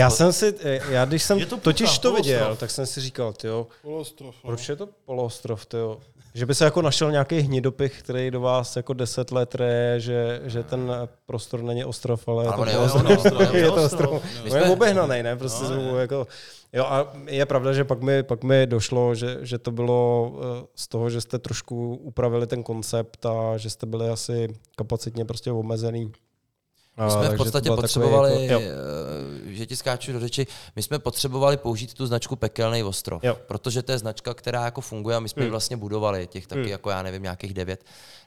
Když jsem totiž to viděl, tak jsem si říkal, proč je to poloostrov, že by se jako našel nějaký hnidopich, který do vás jako 10 let reje, že ten prostor není ostrov, ale je to ostrov. Je obehnaný, ne? Prostě jako, jo, a je pravda, že pak mi došlo, že to bylo z toho, že jste trošku upravili ten koncept a že jste byli asi kapacitně prostě omezený. My jsme v podstatě potřebovali, že ti skáču do řeči, my jsme potřebovali použít tu značku Pekelný ostrov, protože to je značka, která jako funguje a my jsme ji vlastně budovali, těch taky jako já nevím, nějakých 9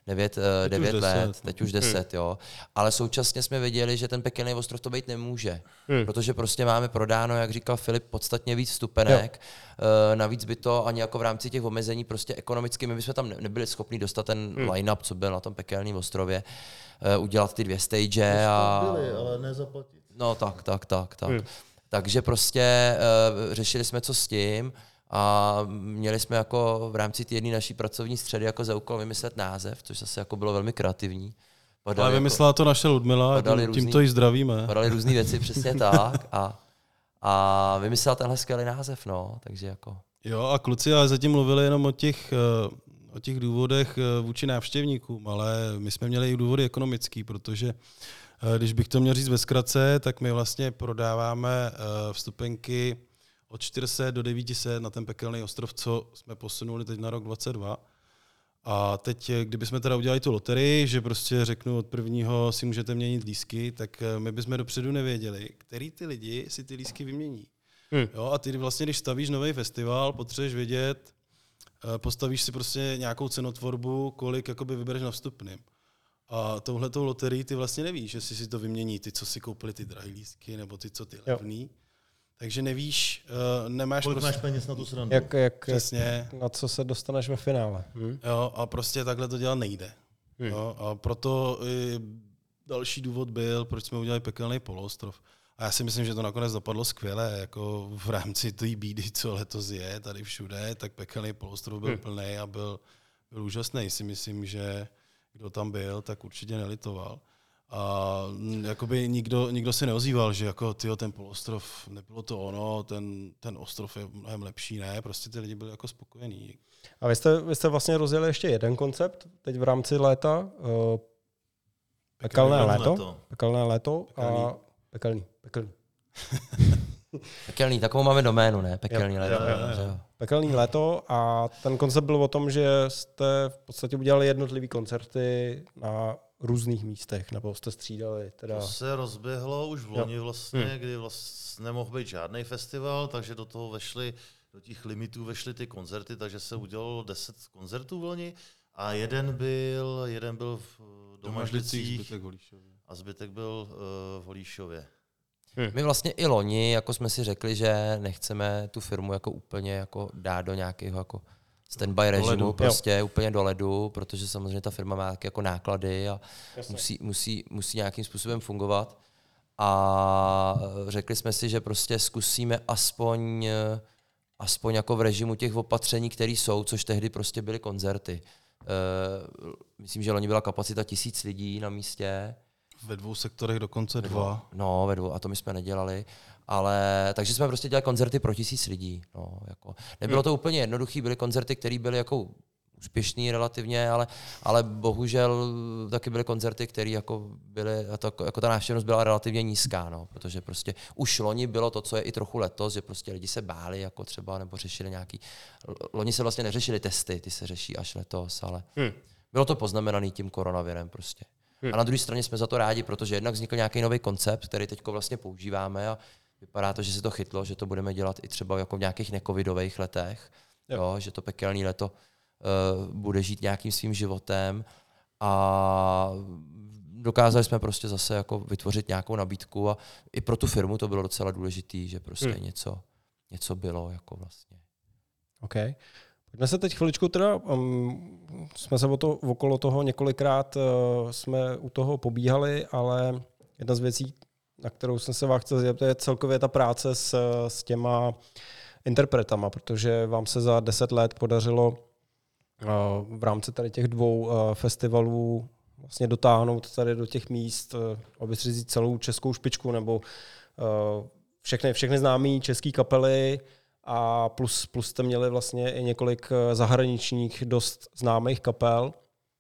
let, teď už 10, jo. Ale současně jsme věděli, že ten Pekelný ostrov to být nemůže, protože prostě máme prodáno, jak říkal Filip, podstatně víc vstupenek, navíc by to ani jako v rámci těch omezení prostě ekonomicky, my bychom tam nebyli schopni dostat ten line-up, co byl na tom Pekelném ostrově, udělat ty 2 stage a... Byli, ale nezaplatit. No tak. Takže prostě řešili jsme, co s tím a měli jsme jako v rámci té jedné naší pracovní středy jako za úkol vymyslet název, což zase jako bylo velmi kreativní. Ale vymyslela to naše Ludmila, tímto ji zdravíme. Padaly různé věci, přesně tak. A vymyslela tenhle skvělý název, no, takže jako... Jo, a kluci ale zatím mluvili jenom o těch důvodech vůči návštěvníkům, ale my jsme měli i důvody ekonomický, protože když bych to měl říct ve zkratce, tak my vlastně prodáváme vstupenky od 400 do 900 na ten Pekelný ostrov, co jsme posunuli teď na rok 2022. A teď, kdybychom teda udělali tu loterii, že prostě řeknu od prvního si můžete měnit lístky, tak my bychom dopředu nevěděli, který ty lidi si ty lístky vymění. Jo, a ty vlastně, když stavíš nový festival, potřebuješ vědět, postavíš si prostě nějakou cenotvorbu, kolik jakoby vybereš na vstupným. A touhletou loterii ty vlastně nevíš, jestli si to vymění ty, co si koupili ty drahý lístky, nebo ty, co ty levný. Takže nevíš, nemáš... Kolik máš peněz na tu srandu. Přesně. Na co se dostaneš ve finále. Jo, a prostě takhle to dělat nejde. Jo, a proto další důvod byl, proč jsme udělali Pekelný poloostrov. A já si myslím, že to nakonec dopadlo skvěle, jako v rámci té bídy, co letos je tady všude, tak Pekelný poloostrov byl plný a byl úžasný. Si myslím, že kdo tam byl, tak určitě nelitoval. A jakoby nikdo si neozýval, že jako ten poloostrov, nebylo to ono, ten ostrov je mnohem lepší, ne, prostě ty lidi byli jako spokojení. A vy jste vlastně rozjeli ještě jeden koncept, teď v rámci léta, Pekelné léto a pekelný. Pekelný, takovou máme doménu, ne? Pekelný léto. Pekelný léto a ten koncept byl o tom, že jste v podstatě udělali jednotlivý koncerty na různých místech, nebo jste střídali. To se rozběhlo už v loni vlastně, kdy vlastně nemohl být žádný festival, takže do toho do těch limitů vešly ty koncerty, takže se udělalo 10 koncertů v loni a jeden byl v Domažlicích a zbytek byl v Holíšově. My vlastně i loni jako jsme si řekli, že nechceme tu firmu jako úplně jako dát do nějakého jako standby režimu, prostě úplně do ledu, protože samozřejmě ta firma má jako náklady a musí nějakým způsobem fungovat. A řekli jsme si, že prostě zkusíme aspoň jako v režimu těch opatření, které jsou, což tehdy prostě byly koncerty. Myslím, že loni byla kapacita 1000 lidí na místě. Ve 2 sektorech dokonce 2. No, ve 2, a to my jsme nedělali. Takže jsme prostě dělali koncerty pro 1000 lidí. No, jako. Nebylo to úplně jednoduché, byly koncerty, které byly jako úspěšný relativně, ale bohužel taky byly koncerty, které jako byly, jako ta návštěvnost byla relativně nízká, no, protože prostě už loni bylo to, co je i trochu letos, že prostě lidi se báli jako třeba, nebo řešili nějaký... Loni se vlastně neřešili testy, ty se řeší až letos, ale bylo to poznamenaný tím koronavirem prostě. A na druhé straně jsme za to rádi, protože jednak vznikl nějaký nový koncept, který teď vlastně používáme a vypadá to, že se to chytlo, že to budeme dělat i třeba jako v nějakých necovidových letech, jo, že to Pekelné léto bude žít nějakým svým životem a dokázali jsme prostě zase jako vytvořit nějakou nabídku a i pro tu firmu to bylo docela důležitý, že prostě něco bylo jako vlastně. Okay. Pojďme se teď chviličku teda, jsme se okolo toho několikrát jsme u toho pobíhali, ale jedna z věcí, na kterou jsem se vás chtěl zeptat, je celkově ta práce s těma interpretama, protože vám se za 10 let podařilo v rámci tady těch 2 festivalů vlastně dotáhnout tady do těch míst, aby si říct celou českou špičku, nebo všechny známé české kapely, a plus jste měli vlastně i několik zahraničních dost známých kapel.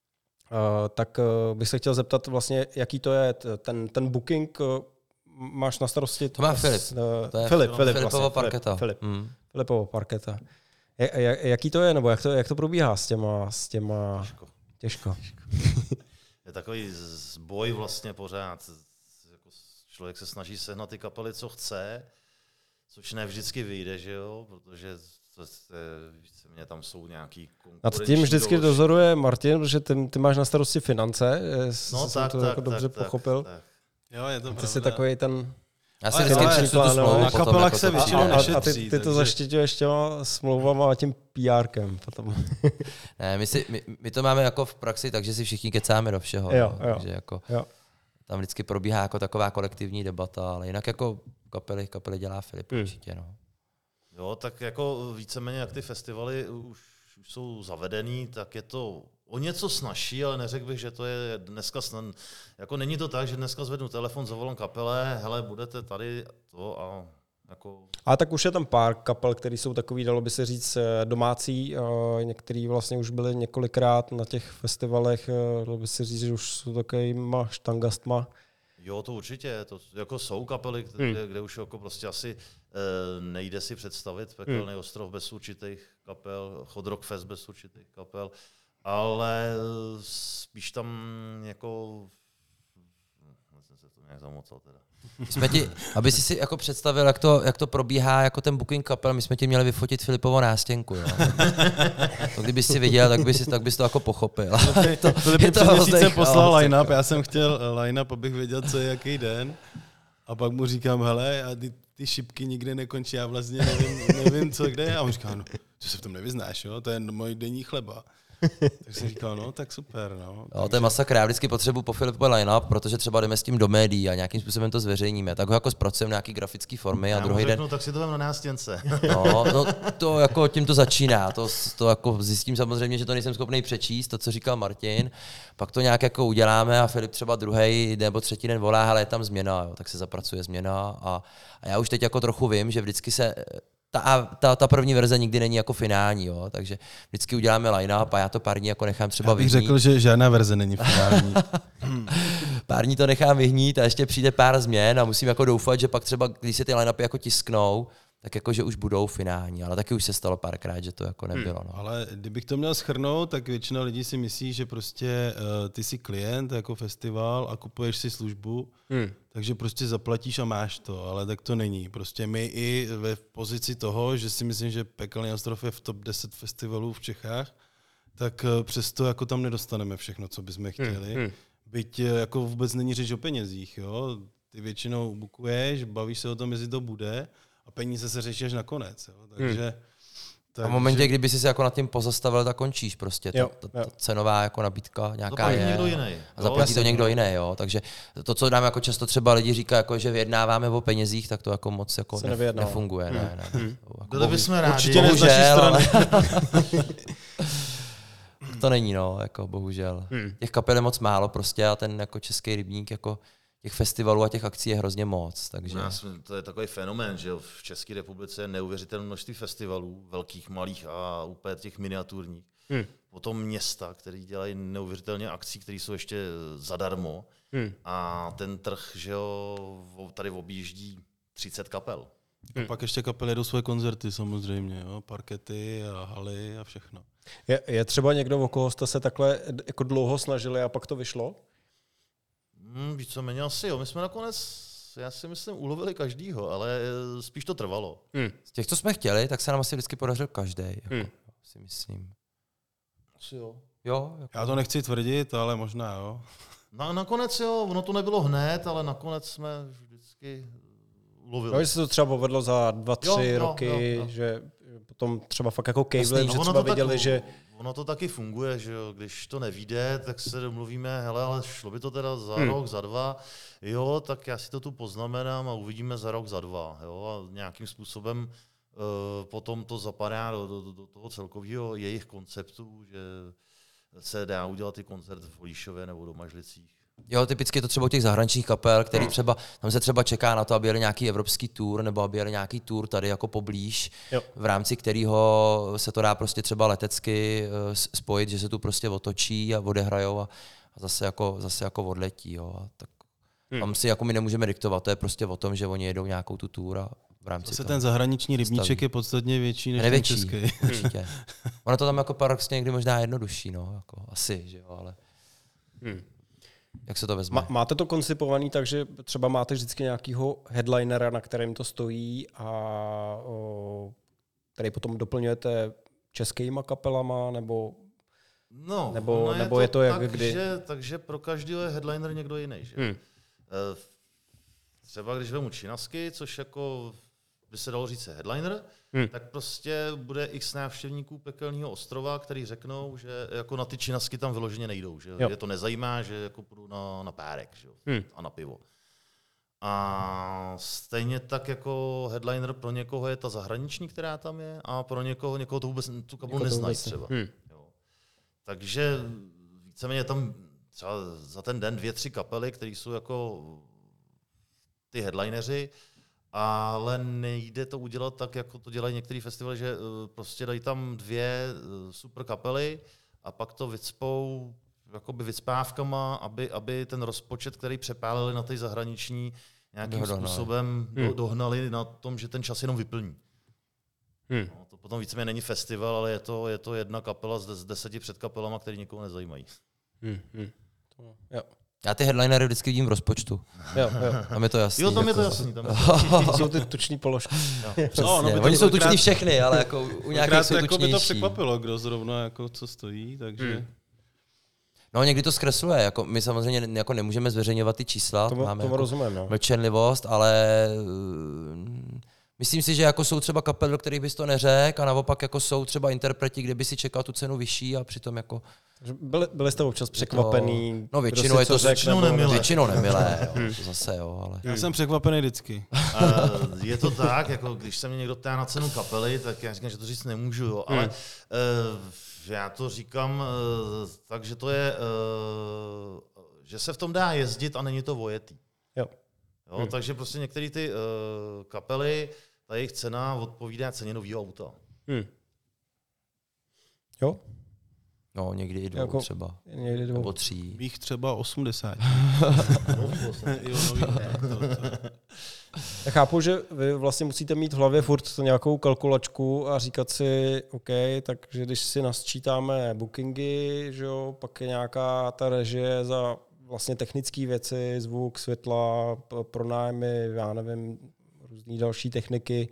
Tak bych se chtěl zeptat vlastně, jaký to je ten booking, máš na starosti... To má Filip. Filipovo Parketa. Filipovo Parketa. Jaký to je, nebo jak to probíhá s těma... Těžko. Je takový boj vlastně pořád. Člověk se snaží sehnat ty kapely, co chce, což ne vždycky vyjde, že jo, protože víceméně tam jsou nějaký konkurenční nad tím vždycky dozoruje Martin, protože ty máš na starosti finance, jsem to jako dobře pochopil. Tak. Jo, je to pravda. Ty jsi takový ten... Já si vždycky přečtu tu smlouvu. Na kapelách se většinou nešetří. A ty to zaštiťuješ těma smlouvama a tím PRkem potom. Ne, my to máme jako v praxi, takže si všichni kecáme do všeho. Jo. Takže jako tam vždycky probíhá jako taková kolektivní debata, ale jinak jako kapely dělá Filip určitě. No. Jo, tak jako víceméně jak ty festivaly už jsou zavedený, tak je to o něco snazší, ale neřekl bych, že to je dneska jako není to tak, že dneska zvednu telefon, zavolám kapele, hele, budete tady to a jako... A tak už je tam pár kapel, které jsou takový, dalo by se říct, domácí, některý vlastně už byli několikrát na těch festivalech, dalo by se říct, že už jsou takovýma štangastma. Jo, to určitě, to jako jsou kapely, kde už jako prostě asi nejde si představit Pekelný ostrov bez určitých kapel, Hot Rock Fest bez určitých kapel, ale spíš tam jako Nezamocal teda. Aby si jako představil, jak to probíhá jako ten booking kapel, my jsme ti měli vyfotit Filipovo nástěnku. Jo. To kdybys si viděl, tak bys to jako pochopil. Filip před měsícem poslal line-up, já jsem chtěl line-up, abych věděl, co je jaký den. A pak mu říkám, hele, a ty šipky nikdy nekončí, já vlastně nevím co kde je. A on říká, no, co se v tom nevyznáš, jo? To je můj denní chleba. Tak jsem říkal, no, tak super. No. Jo, to je masakr, já vždycky potřebuji po Filipovi line-up, protože třeba jdeme s tím do médií a nějakým způsobem to zveřejníme. Tak ho jako zpracujeme nějaký grafický formy a druhý den... tak si to vem na nástěnce. No, to jako tím to začíná. To jako zjistím samozřejmě, že to nejsem schopný přečíst, to, co říkal Martin. Pak to nějak jako uděláme a Filip třeba druhý nebo třetí den volá, ale je tam změna, jo, tak se zapracuje změna a já už teď jako trochu vím, že vždycky se... Ta první verze nikdy není jako finální, jo, takže vždycky uděláme line-up a já to pár dní jako nechám třeba vyhnít. Já bych řekl, že žádná verze není finální. Pár dní to nechám vyhnít a ještě přijde pár změn a musím jako doufat, že pak třeba, když se ty line-upy jako tisknou, tak jako, že už budou finální, ale taky už se stalo párkrát, že to jako nebylo. No. Ale kdybych to měl shrnout, tak většina lidí si myslí, že prostě ty jsi klient jako festival a kupuješ si službu, takže prostě zaplatíš a máš to, ale tak to není. Prostě my i ve pozici toho, že si myslím, že Pekelný ostrov je v top 10 festivalů v Čechách, tak přesto jako tam nedostaneme všechno, co bychom chtěli. Byť jako vůbec není řeč o penězích, jo. Ty většinou bookuješ, bavíš se o tom, jestli to bude, a peníze se řeší až nakonec. Jo. Takže a v momentě, kdyby si se jako nad tím pozastavil, tak končíš prostě. Ta cenová jako nabídka nějaká je. Někdo jiný. A zaplatí to někdo jiný. Jo. Takže to nám jako často třeba lidi říkají, jako, že vyjednáváme o penězích, tak to jako moc jako nefunguje. Ne. Byli bychom rádi. Určitě ne z naší strany. To není, no, jako bohužel. Těch kapel je moc málo prostě a ten jako český rybník jako těch festivalů a těch akcí je hrozně moc. Takže... To je takový fenomén, že v České republice je neuvěřitelné množství festivalů, velkých, malých a úplně těch miniaturních. Potom města, které dělají neuvěřitelně akcí, které jsou ještě zadarmo. A ten trh, že jo, tady objíždí 30 kapel. A pak ještě kapely jedou svoje koncerty samozřejmě, jo? Parkety a haly a všechno. Je třeba někdo, o koho jste se takhle jako dlouho snažili a pak to vyšlo? Víceméně asi jo. My jsme nakonec, já si myslím, ulovili každýho, ale spíš to trvalo. Z těch, co jsme chtěli, tak se nám asi vždycky podařil každý, jako, si myslím. Asi jo. Jo, jako... Já to nechci tvrdit, ale možná jo. Nakonec jo, ono to nebylo hned, ale nakonec jsme vždycky ulovili. No, že se to třeba povedlo za 2-3 roky, jo. Že potom třeba fakt jako Cave, že třeba viděli, že... Ono to taky funguje, že jo, když to nevíde, tak se domluvíme, hele, ale šlo by to teda za rok, za dva, jo, tak já si to tu poznamenám a uvidíme za rok, za dva, jo, a nějakým způsobem potom to zapadá do toho celkového jejich konceptu, že se dá udělat i koncert v Holíšově nebo do Mažlicích. Jo, typicky je to třeba u těch zahraničních kapel, který třeba, tam se třeba čeká na to, aby jeli nějaký evropský tour, nebo aby jeli nějaký tour tady jako poblíž, v rámci kterého se to dá prostě třeba letecky spojit, že se tu prostě otočí a odehrajou a zase jako odletí. Jo. A tak tam si jako my nemůžeme diktovat, to je prostě o tom, že oni jedou nějakou tu tour a v rámci zase ten zahraniční rybníček je podstatně větší než ten český. Určitě. Ono to tam jako paradoxně někdy možná jednodušší, no, jako asi, že jo, ale... Jak se to vezme? Máte to koncipovaný tak, že třeba máte vždycky nějakého headlinera, na kterém to stojí a který potom doplňujete českýma kapelama, nebo je to jak tak, kdy? Takže pro každého je headliner někdo jiný. Že? Třeba když vemu Činasky, což jako by se dalo říct headliner, tak prostě bude x návštěvníků Pekelného ostrova, který řeknou, že jako na ty Činasky tam vyloženě nejdou, že je to nezajímá, že jako půjdu na párek, že a na pivo. A stejně tak jako headliner pro někoho je ta zahraniční, která tam je, a pro někoho to vůbec tu kapelu neznají třeba. Jo. Takže víceméně tam třeba za ten den 2-3 kapely, které jsou jako ty headlineři, ale nejde to udělat tak, jako to dělají některé festivaly, že prostě dají tam 2 super kapely a pak to vycpou jakoby vycpávkama, aby ten rozpočet, který přepálili na té zahraniční, nějakým způsobem dohnali na tom, že ten čas jenom vyplní. No, to potom víceméně není festival, ale je to jedna kapela z 10 předkapelama, které nikoho nezajímají. Jo. Já ty headlinery vždycky vidím v rozpočtu. Jo. Tam je to jasný. Jo, tam je to jasný. Jsou ty tuční položky. Oni jsou tuční všechny, ale jako u nějakých jsou tučnější. By to překvapilo, kdo zrovna jako co stojí, takže... No někdy to zkresluje, jako my samozřejmě jako nemůžeme zveřejňovat ty čísla, máme jako rozumím, mlčenlivost, ale myslím si, že jako jsou třeba kapely, do kterých bys to neřekl, a naopak jako jsou třeba interpreti, kde by si čekal tu cenu vyšší a přitom jako... Byli jste občas překvapený? No většinou je to většinou nemilé, jo, to zase jo, ale... Já jsem překvapený vždycky. Je to tak, jako když se mě někdo ptá na cenu kapely, tak já říkám, že to říct nemůžu, jo, ale já to říkám tak, že to je, že se v tom dá jezdit a není to vojetý. Jo. Takže prostě některé ty kapely, ta jejich cena odpovídá ceně nového auta. Jo? No, někdy i 2 jako, třeba. Někdy 2. Nebo 3. Bych třeba 80. Já chápu, že vy vlastně musíte mít v hlavě furt nějakou kalkulačku a říkat si, OK, takže když si nasčítáme bookingy, že jo, pak je nějaká ta režie za vlastně technické věci, zvuk, světla, pronájmy, já nevím, různé další techniky.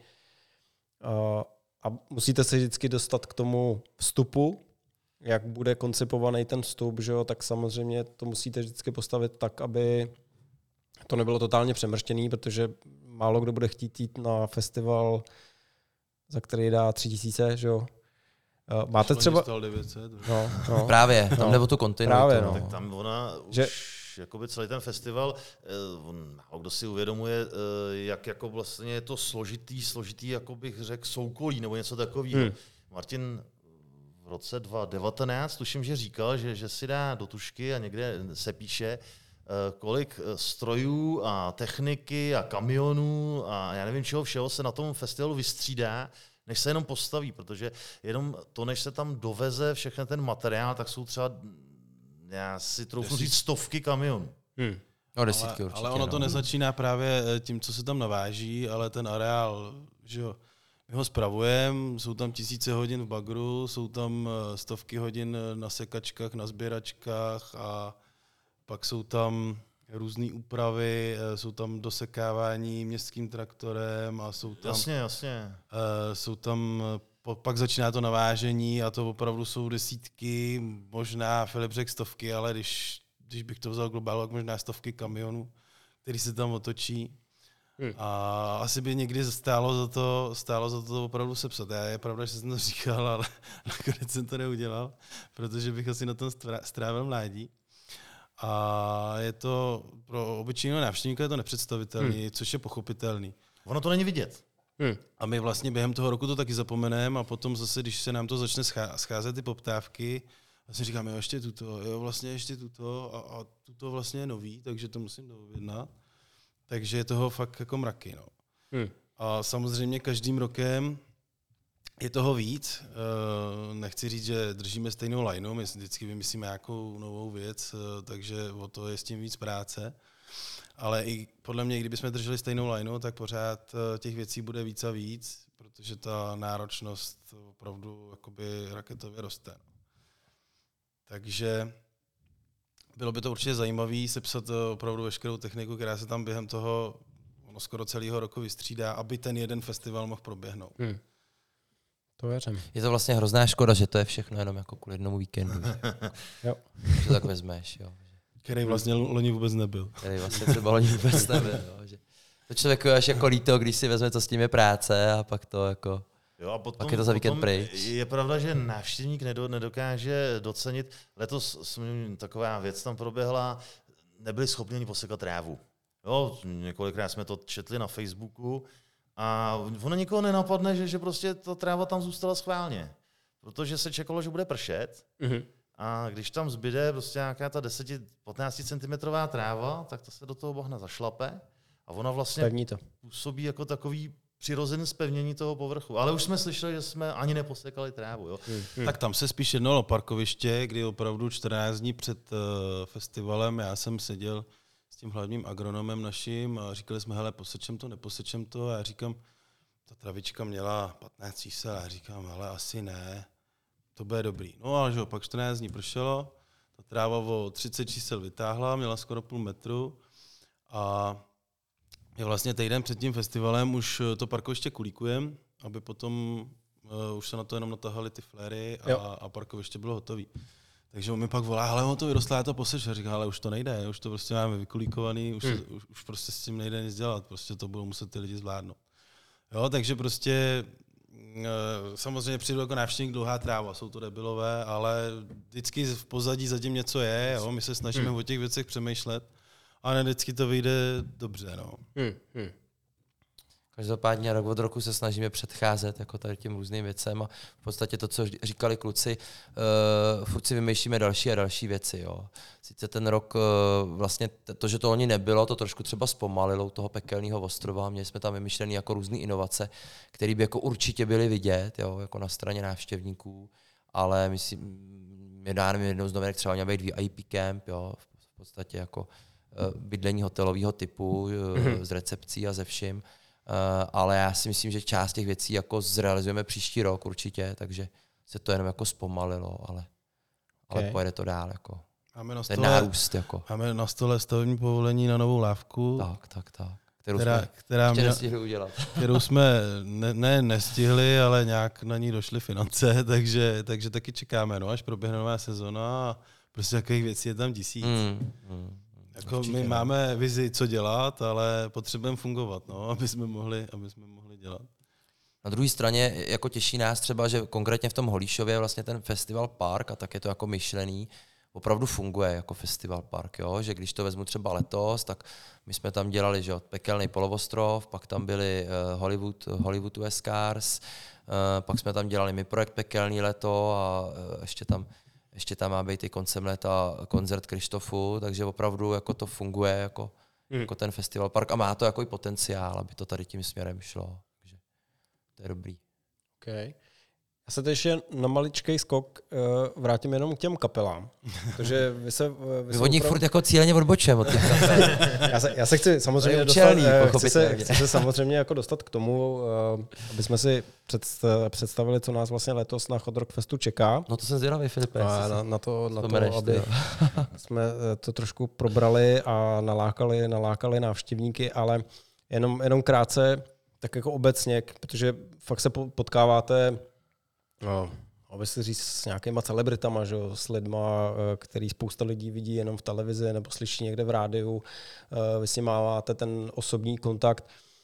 A musíte se vždycky dostat k tomu vstupu, jak bude koncipovaný ten vstup, že jo, tak samozřejmě to musíte vždycky postavit tak, aby to nebylo totálně přemrštěný, protože málo kdo bude chtít jít na festival, za který dá 3000, že jo. Máte třeba... 900, no. Právě, tam jde o tu kontinuitu. Právě, no. Tak tam ona už jakoby celý ten festival, kdo si uvědomuje, jak jako vlastně je to složitý, jako bych řekl, soukolí, nebo něco takového. Martin v roce 2019, tuším, že říkal, že si dá do tušky a někde se píše, kolik strojů a techniky a kamionů a já nevím čeho všeho se na tom festivalu vystřídá, než se jenom postaví, protože jenom to, než se tam doveze všechny ten materiál, tak jsou třeba, já si troufnu říct, 100 kamionů. No 10 určitě. Ale ono to nezačíná právě tím, co se tam naváží, ale ten areál, že jo, my ho spravujeme, jsou tam 1000 hodin v bagru, jsou tam 100 hodin na sekačkách, na sběračkách a pak jsou tam různé úpravy, jsou tam dosekávání městským traktorem a jsou tam... Jasně. Jsou tam, pak začíná to navážení a to opravdu jsou desítky, možná Filip řekl 100, ale když bych to vzal globálně, tak možná 100 kamionů, který se tam otočí. A asi by někdy stálo za to opravdu sepsat. Je pravda, že jsem to říkal, ale nakonec jsem to neudělal, protože bych asi na tom strávil mládí. A je to pro obyčejného návštěvníka je to nepředstavitelný, což je pochopitelný. Ono to není vidět. A my vlastně během toho roku to taky zapomeneme a potom zase, když se nám to začne scházet ty poptávky, vlastně říkáme, ještě tuto a tuto vlastně je nový, takže to musím doobjednat. Takže je toho fakt jako mraky. No. A samozřejmě každým rokem je toho víc. Nechci říct, že držíme stejnou lineu, my vždycky vymyslíme nějakou novou věc, takže o to je s tím víc práce. Ale i podle mě, kdybychom drželi stejnou lineu, tak pořád těch věcí bude víc a víc, protože ta náročnost opravdu jakoby raketově roste. Takže bylo by to určitě zajímavé sepsat opravdu veškerou techniku, která se tam během toho skoro celého roku vystřídá, aby ten jeden festival mohl proběhnout. To věřím. Je to vlastně hrozná škoda, že to je všechno jenom jako kvůli jednomu víkendu. Jo. Že tak vezmeš, jo. Který vlastně loni vůbec nebyl. Který vlastně třeba loni vůbec nebyl, jo. Že to člověku je až jako líto, když si vezme, co s tím je práce a pak to jako... Jo, a potom, pak je to za víkend pryč. Je pravda, že návštěvník nedokáže docenit. Letos taková věc tam proběhla, nebyli schopni ani posekat trávu. Jo, několikrát jsme to četli na Facebooku a ono nikoho nenapadne, že prostě ta tráva tam zůstala schválně. Protože se čekalo, že bude pršet a když tam zbyde prostě nějaká ta 10-15 cm tráva, tak to se do toho bahna zašlape a ona vlastně působí jako takový přirozené zpevnění toho povrchu. Ale už jsme slyšeli, že jsme ani neposekali trávu. Jo? Tak tam se spíš jednalo parkoviště, kdy opravdu 14 dní před festivalem já jsem seděl s tím hlavním agronomem naším a říkali jsme, hele, posečem to, neposečem to. A já říkám, ta travička měla 15 čísel a já říkám, hele, asi ne, to bude dobrý. No ale že pak 14 dní pršelo, ta tráva o 30 čísel vytáhla, měla skoro půl metru a je vlastně týden před tím festivalem už to parkoviště kulíkujem, aby potom už se na to jenom natahali ty fléry a parkoviště bylo hotový. Takže on mi pak volá, ale ono to vyrostlo, já to poseš. A říká, ale už to nejde, už to prostě máme vykulíkovaný, už prostě s tím nejde nic dělat, prostě to budou muset ty lidi zvládnout. Jo, takže prostě samozřejmě přijdu jako návštěvník dlouhá tráva, jsou to debilové, ale vždycky v pozadí zatím něco je, jo, my se snažíme o těch věcech přemýšlet, a ne vždycky to vyjde dobře. No. Každopádně rok od roku se snažíme předcházet jako tady těm různým věcem a v podstatě to, co říkali kluci, furt si vymýšlíme další a další věci. Jo. Sice ten rok, vlastně to, že to loni nebylo, to trošku třeba zpomalilo u toho pekelného ostrova. Měli jsme tam vymyšlené jako různé inovace, které by jako určitě byly vidět, jo, jako na straně návštěvníků, ale myslím, jednou z novinek třeba měl být VIP camp, jo, v podstatě jako bydlení hotelového typu s recepcí a ze vším. Ale já si myslím, že část těch věcí jako zrealizujeme příští rok určitě, takže se to jenom jako zpomalilo, ale pojede to dál. Jako. Ten nárůst. Jako. Máme na stole stavební povolení na novou lávku. Tak. Která ještě nestihli udělat. Kterou jsme nestihli, ale nějak na ní došly finance, takže taky čekáme, no, až proběhne nová sezona a prostě takových věcí je tam 1000. Jako my máme vizi, co dělat, ale potřebujeme fungovat, no, aby jsme mohli dělat. Na druhé straně jako těší nás třeba, že konkrétně v tom Holíšově vlastně ten festival park, a tak je to jako myšlený, opravdu funguje jako festival park, jo? Že když to vezmu třeba letos, tak my jsme tam dělali, že pekelný poloostrov, pak tam byli Hollywood US Cars, pak jsme tam dělali my projekt pekelný leto a ještě tam má být i koncem léta koncert Krištofu, takže opravdu jako to funguje jako ten festival park a má to jako i potenciál, aby to tady tím směrem šlo. Takže to je dobrý. Okay. Já se teď ještě na maličkej skok vrátím jenom k těm kapelám. Protože vy od nich furt jako cíleně odbočujeme od těch kapel. Já se chci samozřejmě chci se samozřejmě jako dostat k tomu, aby jsme si představili, co nás vlastně letos na Hot Rock Festu čeká. No to jsem zvědavý, Filipe. Na to, aby jsme to trošku probrali a nalákali návštěvníky, ale jenom krátce, tak jako obecně, protože fakt se potkáváte aby se říct s nějakýma celebritama, že jo, s lidma, který spousta lidí vidí jenom v televizi nebo slyší někde v rádiu, vy s nimi máte ten osobní kontakt.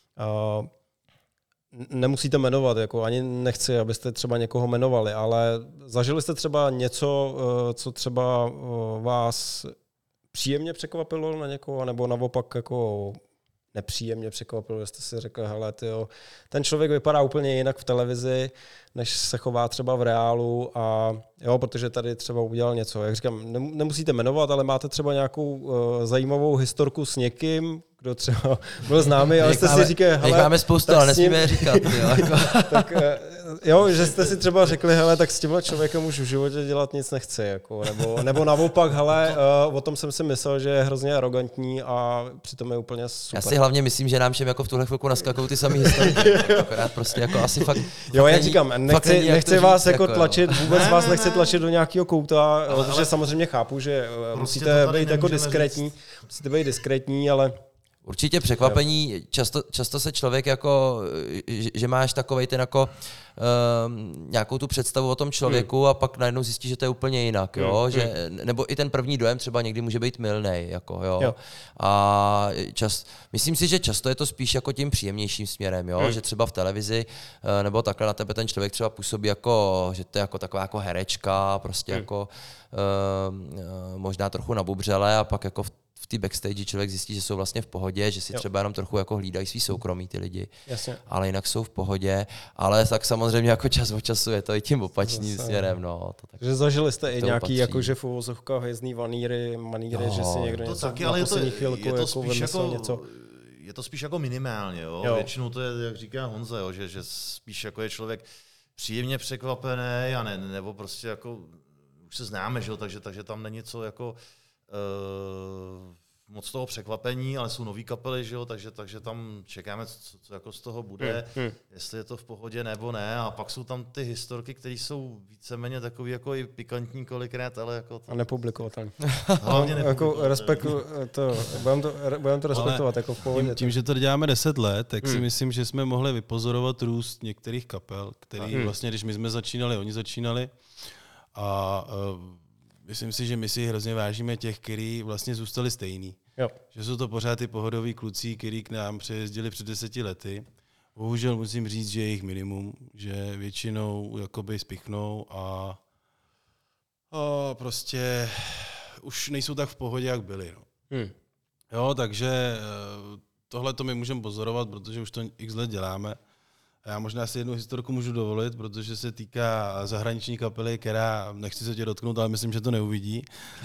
Nemusíte jmenovat, jako ani nechci, abyste třeba někoho jmenovali, ale zažili jste třeba něco, co třeba vás příjemně překvapilo na někoho, nebo naopak jako nepříjemně překvapilo, že jste si řekli, hele, tyjo, ten člověk vypadá úplně jinak v televizi, než se chová třeba v reálu a jo, protože tady třeba udělal něco. Jak říkám, nemusíte jmenovat, ale máte třeba nějakou zajímavou historku s někým, kdo třeba byl známý, ale jste si říkali, hele... máme spoustu, ale nesmíme říkat. Jo, jako. Tak jo, že jste si třeba řekli, hele, tak s tímhle člověkem už v životě dělat nic nechci, jako, nebo naopak, hele, o tom jsem si myslel, že je hrozně arrogantní a přitom je úplně super. Já si hlavně myslím, že nám všem jako v tuhle chvilku naskakují ty samé historie. Akorát prostě jako asi fakt... Jo, jak říkám, nechci vás jako tlačit, vůbec vás nechci tlačit do nějakého kouta, protože samozřejmě chápu, že musíte být jako diskrétní, ale... Určitě překvapení, často se člověk jako, že máš takovej ten jako nějakou tu představu o tom člověku a pak najednou zjistíš, že to je úplně jinak, jo? Že, nebo i ten první dojem třeba někdy může být mylnej, jako, jo? A myslím si, že často je to spíš jako tím příjemnějším směrem, jo? Že třeba v televizi nebo takhle na tebe ten člověk třeba působí jako, že to je jako taková jako herečka, prostě jako možná trochu nabubřele a pak jako v té backstage člověk zjistí, že jsou vlastně v pohodě, že si třeba jenom trochu jako hlídají svý soukromí ty lidi, ale jinak jsou v pohodě, ale tak samozřejmě jako čas od času je to i tím opačným směrem. No, to tak, takže zažili jste i nějaký jakože v uvozovkách hvězdný maníry, že si někdo něco taky, na poslední chvilku jako vymyslel něco. Je to spíš jako minimálně, jo? Většinou to je, jak říká Honza, jo? Že spíš jako je člověk příjemně překvapený a nebo prostě jako už se známe, že jo? Takže tam není co jako moc toho překvapení, ale jsou nový kapely, že jo, takže tam čekáme, co jako z toho bude, jestli je to v pohodě nebo ne. A pak jsou tam ty historky, které jsou víceméně takový jako i pikantní kolikrát, ale jako to... A nepublikovatelný. Hlavně jako respektu, budeme to respektovat, jako v pohodě. Tím, že to děláme 10 let, tak si myslím, že jsme mohli vypozorovat růst některých kapel, který vlastně, když my jsme začínali, oni začínali. A myslím si, že my si hrozně vážíme těch, kteří vlastně zůstali stejný. Jo. Že jsou to pořád ty pohodoví kluci, kteří k nám přejezdili před 10 lety. Bohužel musím říct, že je jich minimum, že většinou jakoby spichnou a prostě už nejsou tak v pohodě, jak byli. No. Jo, takže tohle to my můžeme pozorovat, protože už to x let děláme. Já možná si jednu historku můžu dovolit, protože se týká zahraniční kapely, která, nechci se tě dotknout, ale myslím, že to neuvidí.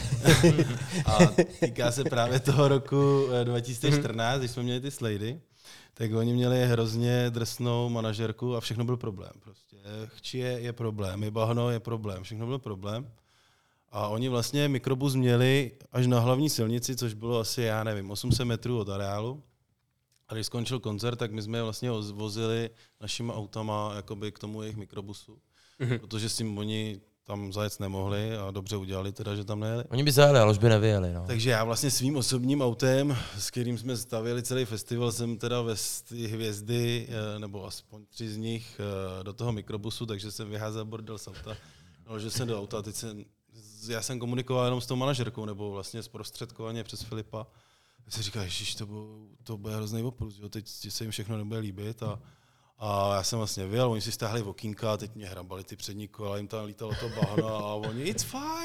A týká se právě toho roku 2014, když jsme měli ty Slady, tak oni měli hrozně drsnou manažerku a všechno byl problém. Prostě chčije je problém, je bahno je problém, všechno byl problém. A oni vlastně mikrobus měli až na hlavní silnici, což bylo asi, já nevím, 800 metrů od areálu. A když skončil koncert, tak my jsme je vlastně vozili našima autama jakoby k tomu jejich mikrobusu. Protože s tím oni tam zajet nemohli a dobře udělali teda, že tam nejeli. Oni by zajeli, ale už by nevyjeli. No. Takže já vlastně svým osobním autem, s kterým jsme stavěli celý festival, jsem teda vez ty hvězdy, nebo aspoň 3 z nich, do toho mikrobusu, takže jsem vyházel bordel z auta. Naložil jsem do auta, já jsem komunikoval jenom s tou manažerkou, nebo vlastně zprostředkovaně přes Filipa. Já si říkal, ježiš, to bude hrozný oprus, teď se jim všechno nebude líbit. A já jsem vlastně vyjel, oni si stáhli okýnka, teď mě hrabali ty přední kola, jim tam lítalo to bahno a oni, it's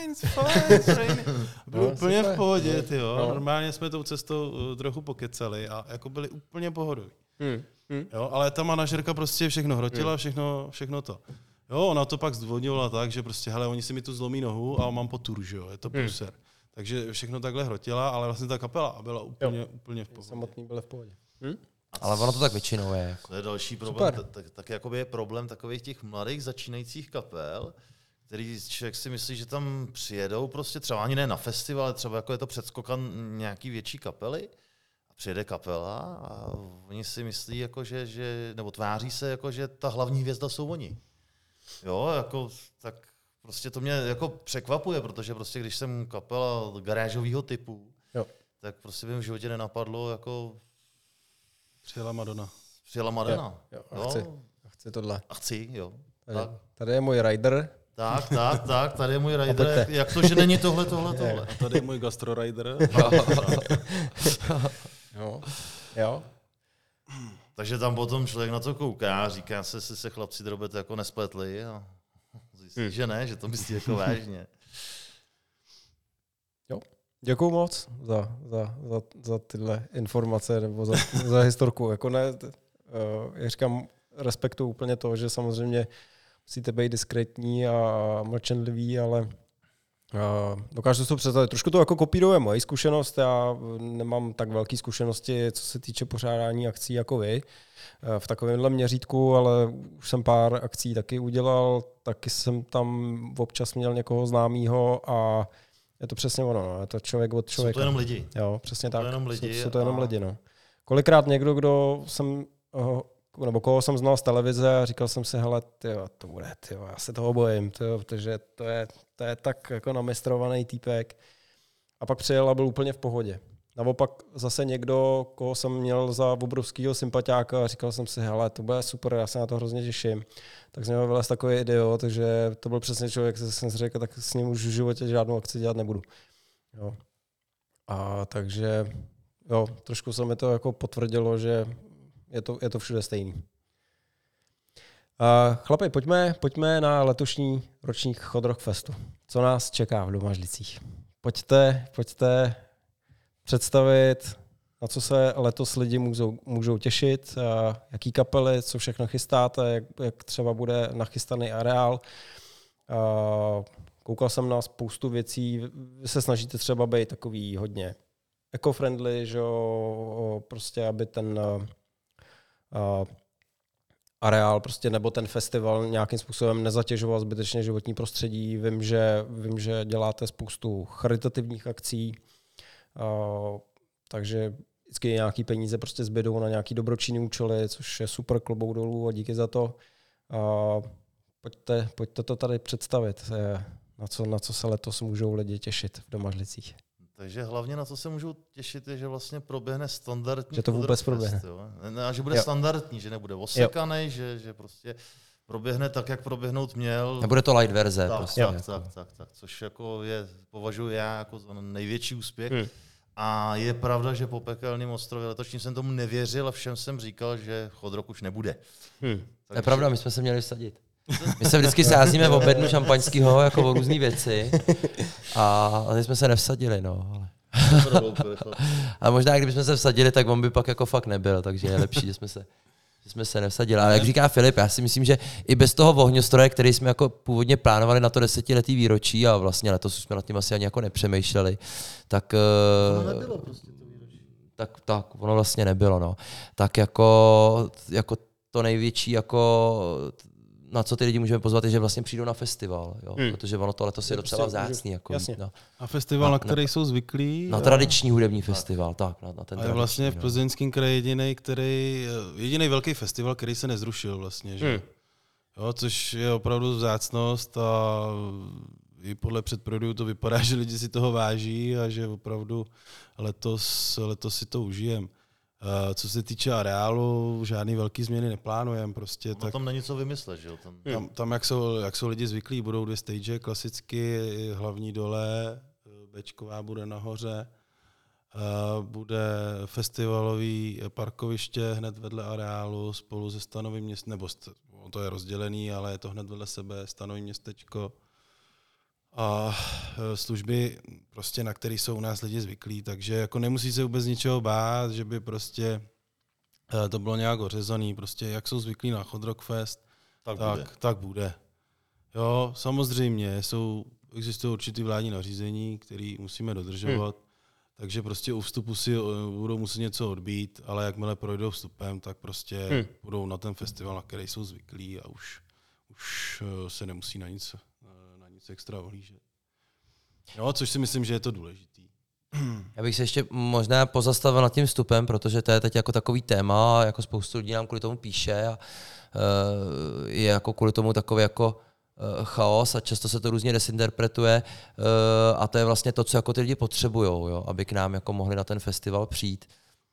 fine. Bylo úplně v pohodě, tyjo. Normálně jsme tou cestou trochu pokecali a jako byli úplně pohodoví. Jo, ale ta manažerka prostě všechno hrotila, všechno to. Jo, ona to pak zdvodňovala tak, že prostě, hele, oni si mi tu zlomí nohu a mám potur, že jo, je to pruser. Takže všechno takhle hrotila, ale vlastně ta kapela byla úplně v pohodě. Samotný byli v pohodě. Ale ono to tak většinou je. To je další problém. Tak jakoby je problém takových těch mladých začínajících kapel, který člověk si myslí, že tam přijedou prostě třeba ani ne na festival, ale třeba jako je to předskokan nějaký větší kapely a přijede kapela a oni si myslí, jako nebo tváří se, jako že ta hlavní hvězda jsou oni. Jo, jako tak prostě to mě jako překvapuje, protože prostě když jsem kapela garážového typu, tak prostě by v životě nenapadlo jako... Přijela Madonna. Jo. A chci tohle. A chci, jo. Tady je můj rider. Tak, tady je můj rider. Jak to, že není tohle. A tady je můj gastro rider. Jo. Takže tam potom člověk na to kouká, říká se chlapci drobete jako nespletli a zjistí, že ne, že to myslí jako vážně. Jo. Děkuju moc za tyhle informace nebo za historku. Jako ne, já říkám, respektuju úplně to, že samozřejmě musíte být diskrétní a mlčenlivý, ale dokážu to představit. Trošku to jako kopíruje moji zkušenost. Já nemám tak velké zkušenosti, co se týče pořádání akcí jako vy v takovémhle měřítku, ale už jsem pár akcí taky udělal, taky jsem tam občas měl někoho známýho a je to přesně ono, je to člověk od člověka. Jsou to jenom lidi. Jo, přesně tak. Jsou to jenom lidi, no. Kolikrát někdo, koho jsem znal z televize a říkal jsem si, hele, to bude, já se toho bojím, protože to je tak jako namistrovaný týpek. A pak přijel a byl úplně v pohodě. Naopak zase někdo, koho jsem měl za obrovského sympatiáka a říkal jsem si, hele, to bude super, já se na to hrozně těším. Tak z něho vylez takový idiot, takže to byl přesně člověk, že jsem si řekl, tak s ním už v životě žádnou akci dělat nebudu. Jo. A takže jo, trošku se mi to jako potvrdilo, že je to všude stejný. Chlapi, pojďme na letošní ročník Hot Rock Festu. Co nás čeká v Domažlicích? Pojďte představit, na co se letos lidi můžou těšit, jaký kapely, co všechno chystáte, jak třeba bude nachystaný areál. Koukal jsem na spoustu věcí, vy se snažíte třeba být takový hodně eco-friendly, že jo, prostě aby ten areál prostě nebo ten festival nějakým způsobem nezatěžoval zbytečně životní prostředí. Vím, že děláte spoustu charitativních akcí. takže vždycky nějaký peníze prostě zbydou na nějaký dobročinný účely, což je super, klobouk dolů a díky za to. Pojďte to tady představit, na co se letos můžou lidi těšit v Domažlicích. Takže hlavně na co se můžou těšit je, že vlastně proběhne standardní. Že to vůbec proběhne. A že bude standardní, že nebude osekaný, že prostě proběhne tak, jak proběhnout měl. Nebude to light verze. Tak. Což jako považuji já jako za největší úspěch. A je pravda, že po Pekelném ostrově letošním jsem tomu nevěřil a všem jsem říkal, že Chodrok už nebude. To je pravda, my jsme se měli vsadit. My se vždycky sázíme v obědnu šampaňského jako o různý věci a teď jsme se nevsadili, no. Ale možná, kdybychom se vsadili, tak on by pak jako fakt nebyl, takže je lepší, že jsme se nevsadili. Ale jak říká Filip, já si myslím, že i bez toho ohňostroje, který jsme jako původně plánovali na to 10letý výročí a vlastně letos jsme nad tím asi ani jako nepřemýšleli, tak... Ono nebylo prostě to výročí. Tak ono vlastně nebylo, no. Tak jako to největší jako... na co ty lidi můžeme pozvat, je, že vlastně přijdou na festival, jo? Protože ono to letos je docela vzácný. Jako, no. A festival, na který jsou zvyklí. Na tradiční hudební festival, tak. Na ten a je vlastně v Plzeňském kraji jediný velký festival, který se nezrušil vlastně, že? Jo, což je opravdu vzácnost a i podle předprodejů to vypadá, že lidi si toho váží a že opravdu letos si to užijeme. Co se týče areálu, žádný velký změny neplánujeme. Prostě, tak tam není co vymyslet, že jo? Tam jak jsou lidi zvyklí, budou 2 stage, klasicky, hlavní dole, bečková bude nahoře, bude festivalový parkoviště hned vedle areálu spolu se stanovým městem, nebo to je rozdělený, ale je to hned vedle sebe, stanový městečko. A služby, prostě, na které jsou u nás lidi zvyklí, takže jako nemusí se vůbec ničeho bát, že by prostě to bylo nějak ořezaný, prostě jak jsou zvyklí na Chodrok Fest, tak bude. Jo, samozřejmě, existují určitý vládní nařízení, které musíme dodržovat, takže prostě u vstupu si budou muset něco odbít, ale jakmile projdou vstupem, tak prostě budou na ten festival, na který jsou zvyklí a už se nemusí na nic extra ohlížet. No, což si myslím, že je to důležitý. Já bych se ještě možná pozastavil nad tím vstupem, protože to je teď jako takový téma, jako spoustu lidí nám kvůli tomu píše a je jako kvůli tomu takový jako chaos a často se to různě desinterpretuje a to je vlastně to, co jako ty lidi potřebujou, jo, aby k nám jako mohli na ten festival přijít.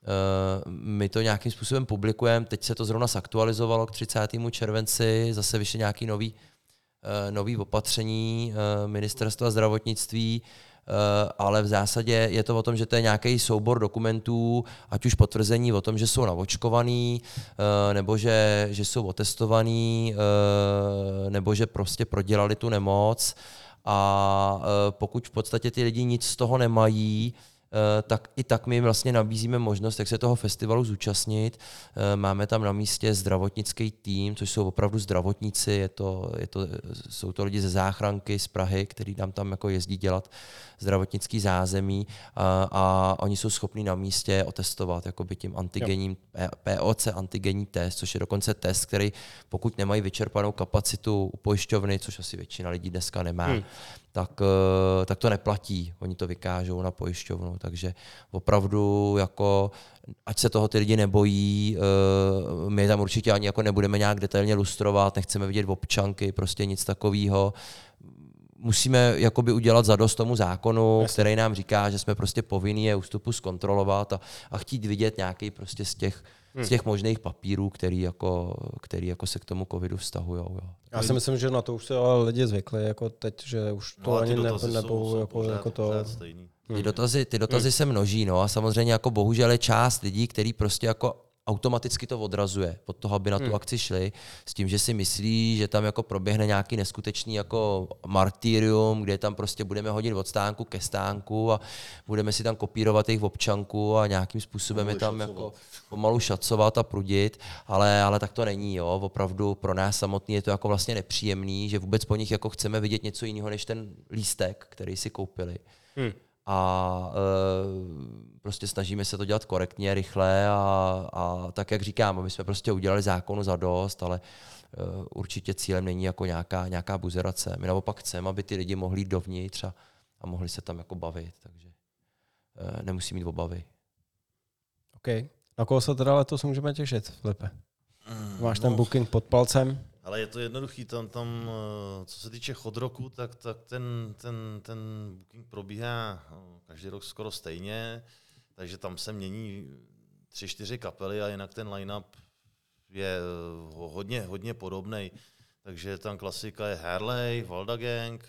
My to nějakým způsobem publikujeme, teď se to zrovna zaktualizovalo k 30. červenci, zase vyšly nějaký nový opatření ministerstva zdravotnictví, ale v zásadě je to o tom, že to je nějaký soubor dokumentů, ať už potvrzení o tom, že jsou naočkovaný, nebo že jsou otestovaný, nebo že prostě prodělali tu nemoc. A pokud v podstatě ty lidi nic z toho nemají, tak my jim vlastně nabízíme možnost, jak se toho festivalu zúčastnit. Máme tam na místě zdravotnický tým, což jsou opravdu zdravotníci, jsou to lidi ze záchranky z Prahy, kteří nám tam jako jezdí dělat zdravotnický zázemí a oni jsou schopní na místě otestovat jakoby tím antigenním, POC antigenní test, což je dokonce test, který pokud nemají vyčerpanou kapacitu u pojišťovny, což asi většina lidí dneska nemá, tak to neplatí. Oni to vykážou na pojišťovnu, takže opravdu jako ať se toho ty lidi nebojí, my tam určitě ani jako nebudeme nějak detailně lustrovat, nechceme vidět občanky, prostě nic takového. Musíme jakoby udělat zadost tomu zákonu, který nám říká, že jsme prostě povinni je ústupu zkontrolovat a chtít vidět nějaký prostě z těch možných papírů, který jako se k tomu covidu vztahují. Já si myslím, že na to už se ale lidi zvykli, jako teď, že už to ani nebudou jako to. Ty dotazy se množí, no a samozřejmě jako bohužel je část lidí, který prostě jako automaticky to odrazuje od toho, aby na tu akci šli, s tím, že si myslí, že tam jako proběhne nějaký neskutečný jako martyrium, kde tam prostě budeme hodit od stánku ke stánku a budeme si tam kopírovat jejich občanku a nějakým způsobem je tam jako pomalu šacovat a prudit, ale tak to není, jo. Opravdu pro nás samotný je to jako vlastně nepříjemný, že vůbec po nich jako chceme vidět něco jiného než ten lístek, který si koupili. A prostě snažíme se to dělat korektně, rychle a tak, jak říkám, aby jsme prostě udělali zákonu zadost, ale určitě cílem není jako nějaká buzerace. My naopak chceme, aby ty lidi mohli jít dovnitř a mohli se tam jako bavit, takže nemusí mít obavy. OK. Na koho se teda letos můžeme těšit, Filipe? Máš ten booking pod palcem? Ale je to jednoduchý, tam co se týče chodroku, tak ten booking probíhá každý rok skoro stejně, takže tam se mění 3-4 kapely a jinak ten line-up je hodně podobný. Takže tam klasika je Harley, Valda Gang,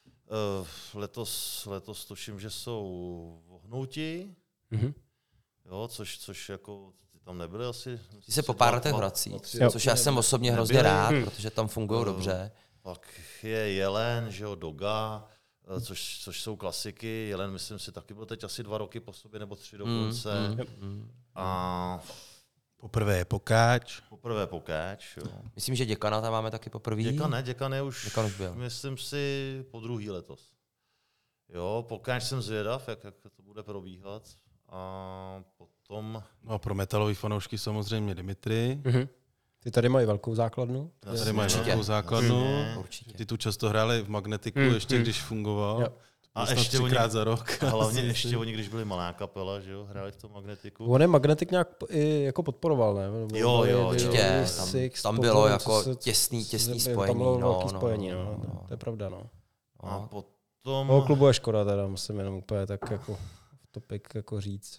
letos tuším, že jsou Vohnouti, jo, což jako tam nebyly asi. Ty se po pár letech vrací, což já jsem osobně hrozně rád, protože tam fungují dobře. Pak je Jelen, že jo, Doga, což jsou klasiky. Jelen, myslím si, taky byl teď asi 2 roky po sobě, nebo 3 dokonce. A Poprvé je Pokáč. Jo. Myslím, že Děkana tam máme taky poprvé. Děkan už byl. Myslím si, po druhý letos. Jo, Pokáč jsem zvědav, jak to bude probíhat. A potom... No a pro metalový fanoušky samozřejmě Dimitri. Ty tady mají velkou základnu? Tady mají velkou základnu. Určitě. Ty tu často hráli v Magnetiku, ještě když fungoval. Jo. A ještě 3krát za rok. A hlavně ještě oni, když byli malá kapela, že jo, hráli v tom Magnetiku. On je Magnetik nějak i jako podporoval, ne? Jo, určitě. Tam bylo jako těsný spojení. Tam bylo velký spojení, to je pravda, no. A potom... Toho klubu je škoda, teda musím jenom úplně tak jako v topik jako říct.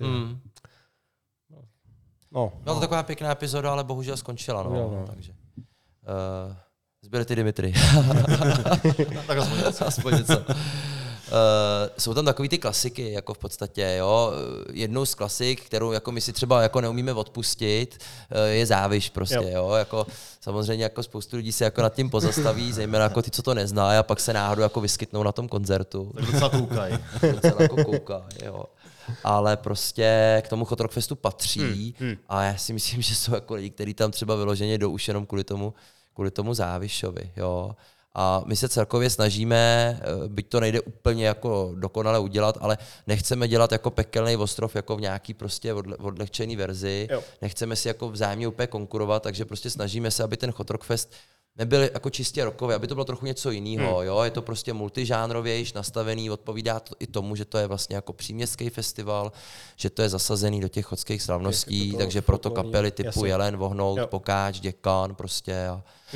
Byla to taková pěkná epizoda, ale bohužel skončila, no. Takže zbyly ty Dimitri. Tak aspoň něco. Jsou tam takový ty klasiky, jako v podstatě, jo. Jednou z klasik, kterou jako my si třeba jako neumíme odpustit, je Záviš prostě, jo. Jako, samozřejmě jako spoustu lidí se jako nad tím pozastaví, zejména jako ty, co to nezná, a pak se náhodou jako vyskytnou na tom koncertu. Tak docela koukají. Jo. Ale prostě k tomu Hot Rock Festu patří a já si myslím, že jsou jako lidi, kteří tam třeba vyloženě jdou už jenom kvůli tomu Závišovi, jo. A my se celkově snažíme, byť to nejde úplně jako dokonale udělat, ale nechceme dělat jako pekelný ostrov jako v nějaký prostě odlehčený verzi. Nechceme si jako vzájemně úplně konkurovat, takže prostě snažíme se, aby ten Hot Rock Fest nebyl jako čistě rockový, aby to bylo trochu něco jiného. Jo? Je to prostě multižánrovější nastavený, odpovídá to i tomu, že to je vlastně jako příměstský festival, že to je zasazený do těch chodských slavností, takže proto kapely typu Jelen, Vohnout, Pokáč, Děkan prostě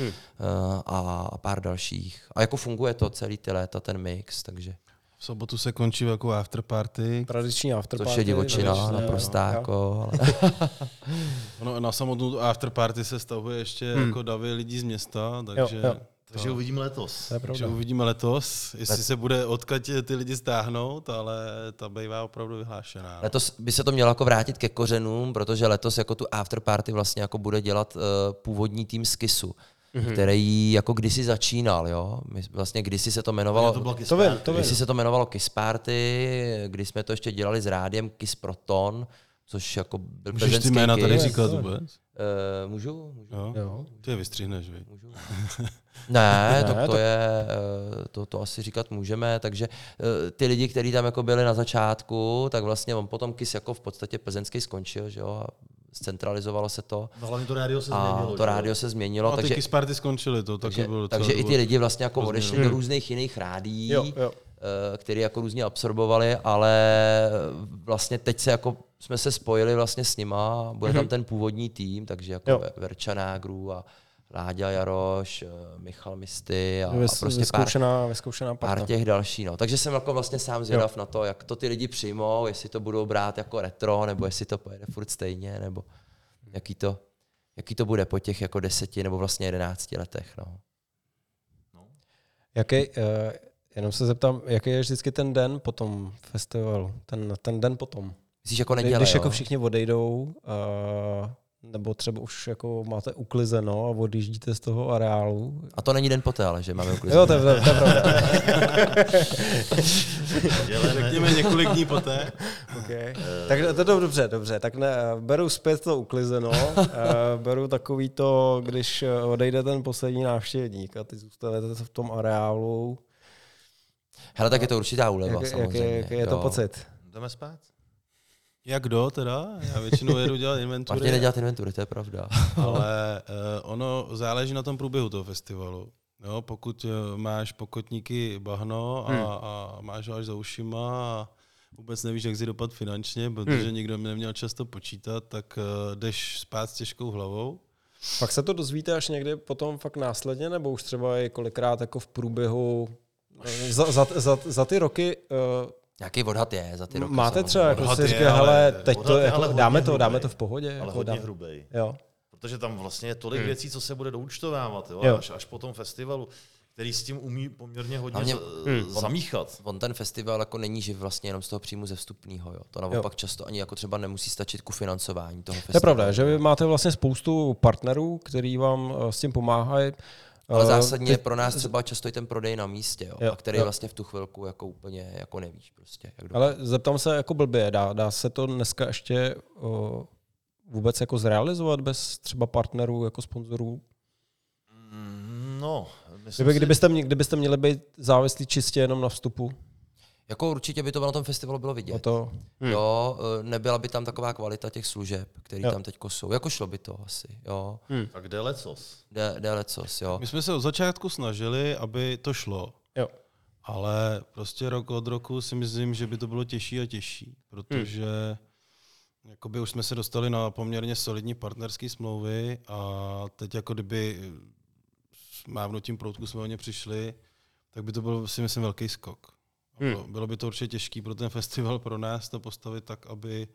a pár dalších. A jako funguje to celý ty léta, ten mix, takže... V sobotu se končí velkou afterparty. Tradiční afterparty. Což je divočina, naprostá jako... No, na samotnou afterparty se stavuje ještě jako davy lidí z města, takže... Takže uvidíme letos. Jestli se bude odkud ty lidi stáhnout, ale ta bývá opravdu vyhlášená. Letos by se to mělo jako vrátit ke kořenům, protože letos jako tu afterparty vlastně jako bude dělat původní tým z Kissu, který jako kdysi začínal, jo. Vlastně kdysi se to jmenovalo kdysi se to jmenovalo Kiss Party, když jsme to ještě dělali s rádiem Kiss Proton, což jako byl plzeňský Kiss. Můžeš ty jména tady říkat vůbec? Můžu? Jo. Ty je vystřihneš, vy. Můžu. Ne, to asi říkat můžeme, takže ty lidi, kteří tam jako byli na začátku, tak vlastně on potom Kiss jako v podstatě plzeňský skončil, že jo, a zcentralizovalo se to. No hlavně to rádio se změnilo. To rádio se změnilo. No, takže Kiss Party skončily, to taky bylo. Takže i ty lidi vlastně jako odešli do různých jiných rádií, který jako různě absorbovali, ale vlastně teď se jako jsme se spojili vlastně s nima, bude tam ten původní tým, takže jako Verča Nágrů a Láďa Jaroš, Michal Misty a prostě pár těch další. No. Takže jsem jako vlastně sám zvědav na to, jak to ty lidi přijmou, jestli to budou brát jako retro, nebo jestli to pojede furt stejně, nebo jaký to bude po těch jako 10 nebo vlastně 11 letech. No. Jenom se zeptám, jaký je vždycky ten den po tom festivalu, ten den potom? Myslíš jako neděle, když jako všichni odejdou, nebo třeba už jako máte uklizeno a odjíždíte z toho areálu. A to není den poté, ale že máme uklizeno. Jo, to je pravda. Řekněme několik dní poté. Okay. Tak to je dobře. Tak beru zpět to uklizeno, beru takový to, když odejde ten poslední návštěvník a ty zůstanete v tom areálu. Hele, tak je to určitá úleva, samozřejmě. Jaký je to pocit? Jdeme spát? Jak kdo teda? Já většinou jedu dělat inventury. Martin nedělat inventury, to je pravda. Ale ono záleží na tom průběhu toho festivalu. Jo, pokud máš pokotníky bahno a máš ho až za ušima a vůbec nevíš, jak si dopad finančně, protože nikdo neměl často počítat, tak jdeš spát s těžkou hlavou. Pak se to dozvíte až někdy potom fakt následně, nebo už třeba i kolikrát jako v průběhu za ty roky... Nějaký odhad je za ty roky. Máte třeba, jako si říká, hele, teď to, jako, dáme to v pohodě. Ale jako hodně hrubej. Jo. Protože tam vlastně je tolik věcí, co se bude doučtovávat, jo? Až po tom festivalu, který s tím umí poměrně hodně zamíchat. On ten festival jako není živ vlastně jenom z toho příjmu ze vstupného. Jo. To naopak často ani jako třeba nemusí stačit ku financování toho festivalu. To je pravda, že vy máte vlastně spoustu partnerů, který vám s tím pomáhají. Ale zásadně je pro nás třeba často i ten prodej na místě, jo, a který vlastně v tu chvilku jako úplně jako nevíš. Prostě, jak ale zeptám se jako blbě, dá se to dneska ještě vůbec jako zrealizovat bez třeba partnerů jako sponzorů? No, kdybyste měli být závislí čistě jenom na vstupu? Jako určitě by to na tom festivalu bylo vidět. Jo, nebyla by tam taková kvalita těch služeb, které tam teďko jsou. Jako šlo by to asi. Jo. Tak jde lecos. Jde lecos, jo. My jsme se od začátku snažili, aby to šlo. Jo. Ale prostě rok od roku si myslím, že by to bylo těžší a těžší, protože jakoby už jsme se dostali na poměrně solidní partnerské smlouvy a teď jako kdyby s mávnutím proutku jsme o ně přišli, tak by to byl, si myslím, velký skok. Bylo by to určitě těžké pro ten festival, pro nás to postavit tak, aby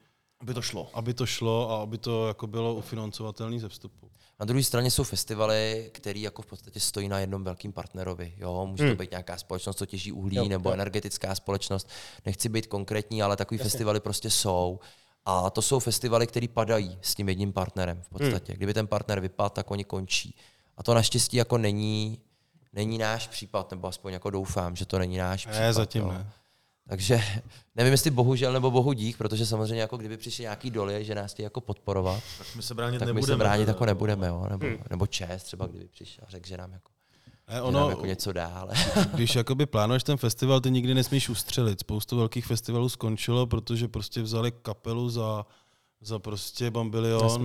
to šlo a aby to jako bylo ufinancovatelné ze vstupu. Na druhé straně jsou festivaly, které jako v podstatě stojí na jednom velkým partnerovi. Jo? Může to být nějaká společnost, co těží uhlí, nebo energetická společnost. Nechci být konkrétní, ale takový festivaly prostě jsou. A to jsou festivaly, které padají s tím jedním partnerem v podstatě. Kdyby ten partner vypadl, tak oni končí. A to naštěstí jako není náš případ, nebo aspoň jako doufám, že to není náš případ. Ne, zatím ne. Takže nevím, jestli bohužel nebo bohu dík, protože samozřejmě jako kdyby přišli nějaký doly, že nás chtějí jako podporovat, tak my se bránit tak nebudeme. My se bránit jako nebudeme, jo? Nebo ČES třeba kdyby přišel a řekl, že nám jako něco dá. Ale když jakoby plánuješ ten festival, ty nikdy nesmíš ustřelit. Spoustu velkých festivalů skončilo, protože prostě vzali kapelu za prostě bambilion.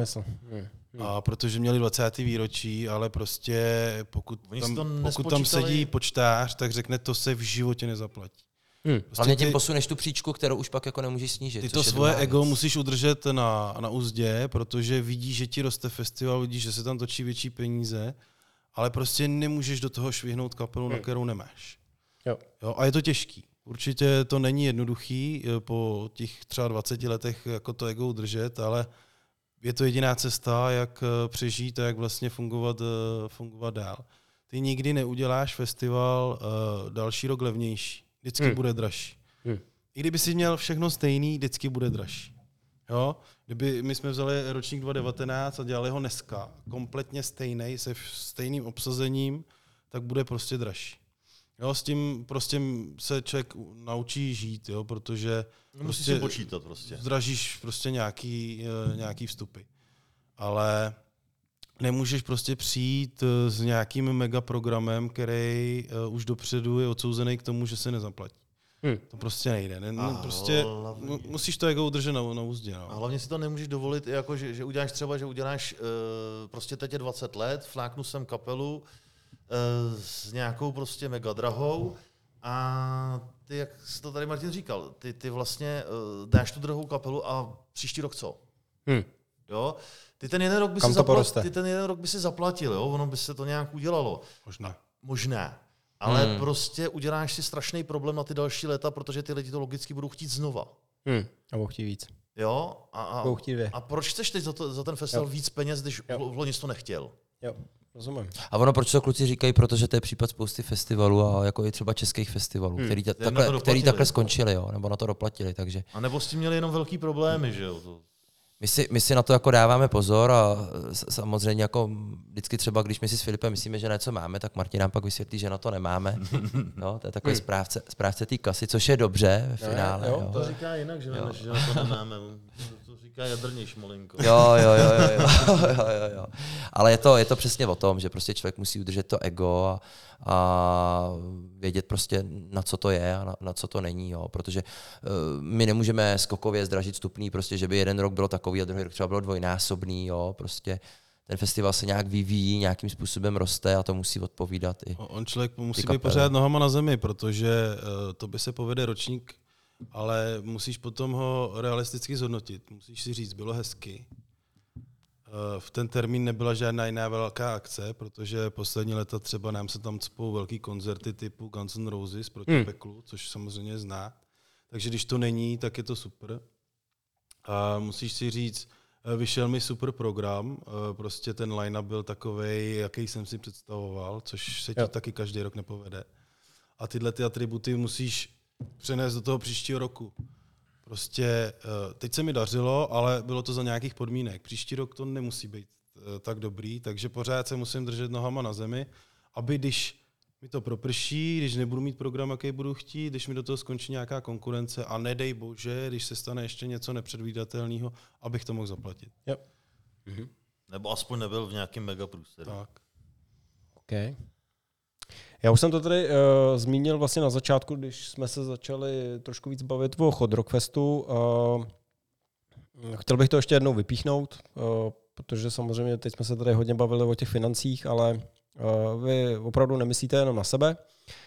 A protože měli 20. výročí, ale prostě pokud tam sedí počtář, tak řekne, to se v životě nezaplatí. Prostě hlavně tím posuneš tu příčku, kterou už pak jako nemůžeš snížit. Ty to svoje ego musíš udržet na uzdě, protože vidíš, že ti roste festival, vidíš, že se tam točí větší peníze, ale prostě nemůžeš do toho švihnout kapelu, na kterou nemáš. Jo, a je to těžký. Určitě to není jednoduchý po těch třeba 20 letech jako to ego udržet, ale je to jediná cesta, jak přežít a jak vlastně fungovat dál. Ty nikdy neuděláš festival další rok levnější. Vždycky bude dražší. I kdyby si měl všechno stejný, vždycky bude dražší. Jo? Kdyby my jsme vzali ročník 2019 a dělali ho dneska, kompletně stejný, se stejným obsazením, tak bude prostě dražší. Jo, s tím prostě se člověk naučí žít, jo, protože musí si počítat prostě. Zdražíš prostě nějaký vstupy. Ale nemůžeš prostě přijít s nějakým megaprogramem, který už dopředu je odsouzený k tomu, že se nezaplatí. To prostě nejde. Prostě musíš to jako udržet na úzdě. No. A hlavně si to nemůžeš dovolit, jako, že uděláš třeba, prostě teď je 20 let, fláknu sem kapelu s nějakou prostě mega drahou a ty, jak jsi to tady Martin říkal, ty vlastně dáš tu drahou kapelu a příští rok co? Jo? Ty ten jeden rok by si zaplatil, jo? Ono by se to nějak udělalo. Možná. Ale prostě uděláš si strašný problém na ty další léta, protože ty lidi to logicky budou chtít znova. A budou chtít víc. Jo? A proč chceš teď za ten festival víc peněz, když v loni jsi to nechtěl? Jo, rozumím. A ono, proč to kluci říkají, protože to je případ spousty festivalů a jako i třeba českých festivalů, který takhle skončili, jo, nebo na to doplatili. Takže. A nebo s tím měli jenom velký problémy, že jo? My si na to jako dáváme pozor a samozřejmě jako vždycky třeba, když my si s Filipem myslíme, že něco máme, tak Martin nám pak vysvětlí, že na to nemáme. No, to je takový správce té kasy, což je dobře ve finále. Jo. To říká jinak, že na to nemáme. To říká Jadrnějš malinko. Jo. Ale je to přesně o tom, že prostě člověk musí udržet to ego a vědět prostě, na co to je a na co to není, jo. Protože my nemůžeme skokově zdražit vstupný, prostě, že by jeden rok bylo takový a druhý rok třeba bylo dvojnásobný, jo. Prostě ten festival se nějak vyvíjí, nějakým způsobem roste a to musí odpovídat i. On člověk musí být pořád nohama na zemi, protože to by se povede ročník ale musíš potom ho realisticky zhodnotit. Musíš si říct, bylo hezky. V ten termín nebyla žádná jiná velká akce, protože poslední leta třeba nám se tam cpou velký koncerty typu Guns N' Roses proti peklu, což samozřejmě zná. Takže když to není, tak je to super. A musíš si říct, vyšel mi super program, prostě ten line-up byl takovej, jaký jsem si představoval, což se ti taky každý rok nepovede. A tyhle ty atributy musíš přenést do toho příštího roku. Prostě teď se mi dařilo, ale bylo to za nějakých podmínek. Příští rok to nemusí být tak dobrý, takže pořád se musím držet nohama na zemi, aby když mi to proprší, když nebudu mít program, jaký budu chtít, když mi do toho skončí nějaká konkurence a nedej bože, když se stane ještě něco nepředvídatelného, abych to mohl zaplatit. Yep. Mhm. Nebo aspoň nebyl v nějakém megaprůsteru. Tak. Okay. Já už jsem to tady zmínil vlastně na začátku, když jsme se začali trošku víc bavit o Hot Rock Festu. Chtěl bych to ještě jednou vypíchnout, protože samozřejmě teď jsme se tady hodně bavili o těch financích, ale vy opravdu nemyslíte jenom na sebe.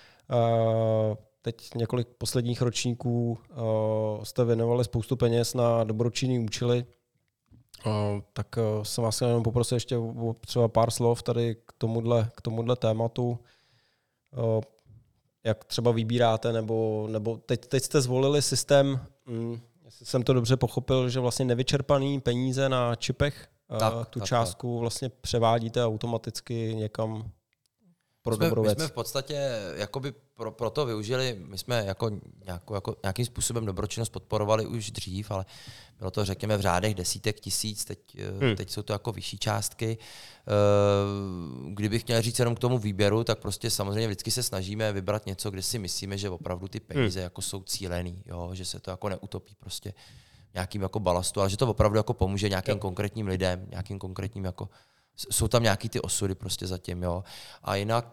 Teď několik posledních ročníků jste věnovali spoustu peněz na dobročinné účely. Tak jsem vás jenom poprosil ještě o třeba pár slov tady k tomuhle tématu. Jak třeba vybíráte, nebo teď jste zvolili systém, jestli jsem to dobře pochopil, že vlastně nevyčerpaný peníze na čipech, tu částku vlastně převádíte automaticky někam pro dobrou věc. My jsme v podstatě jakoby pro to využili, my jsme jako nějakým způsobem dobročinnost podporovali už dřív, ale bylo to řekněme v řádech desítek tisíc, teď jsou to jako vyšší částky. Kdybych měl říct jenom k tomu výběru, tak prostě samozřejmě vždycky se snažíme vybrat něco, kde si myslíme, že opravdu ty peníze jako jsou cílený, jo? Že se to jako neutopí prostě nějakým jako balastu, ale že to opravdu jako pomůže nějakým konkrétním lidem, nějakým konkrétním jako jsou tam nějaký ty osudy prostě zatím, jo. A jinak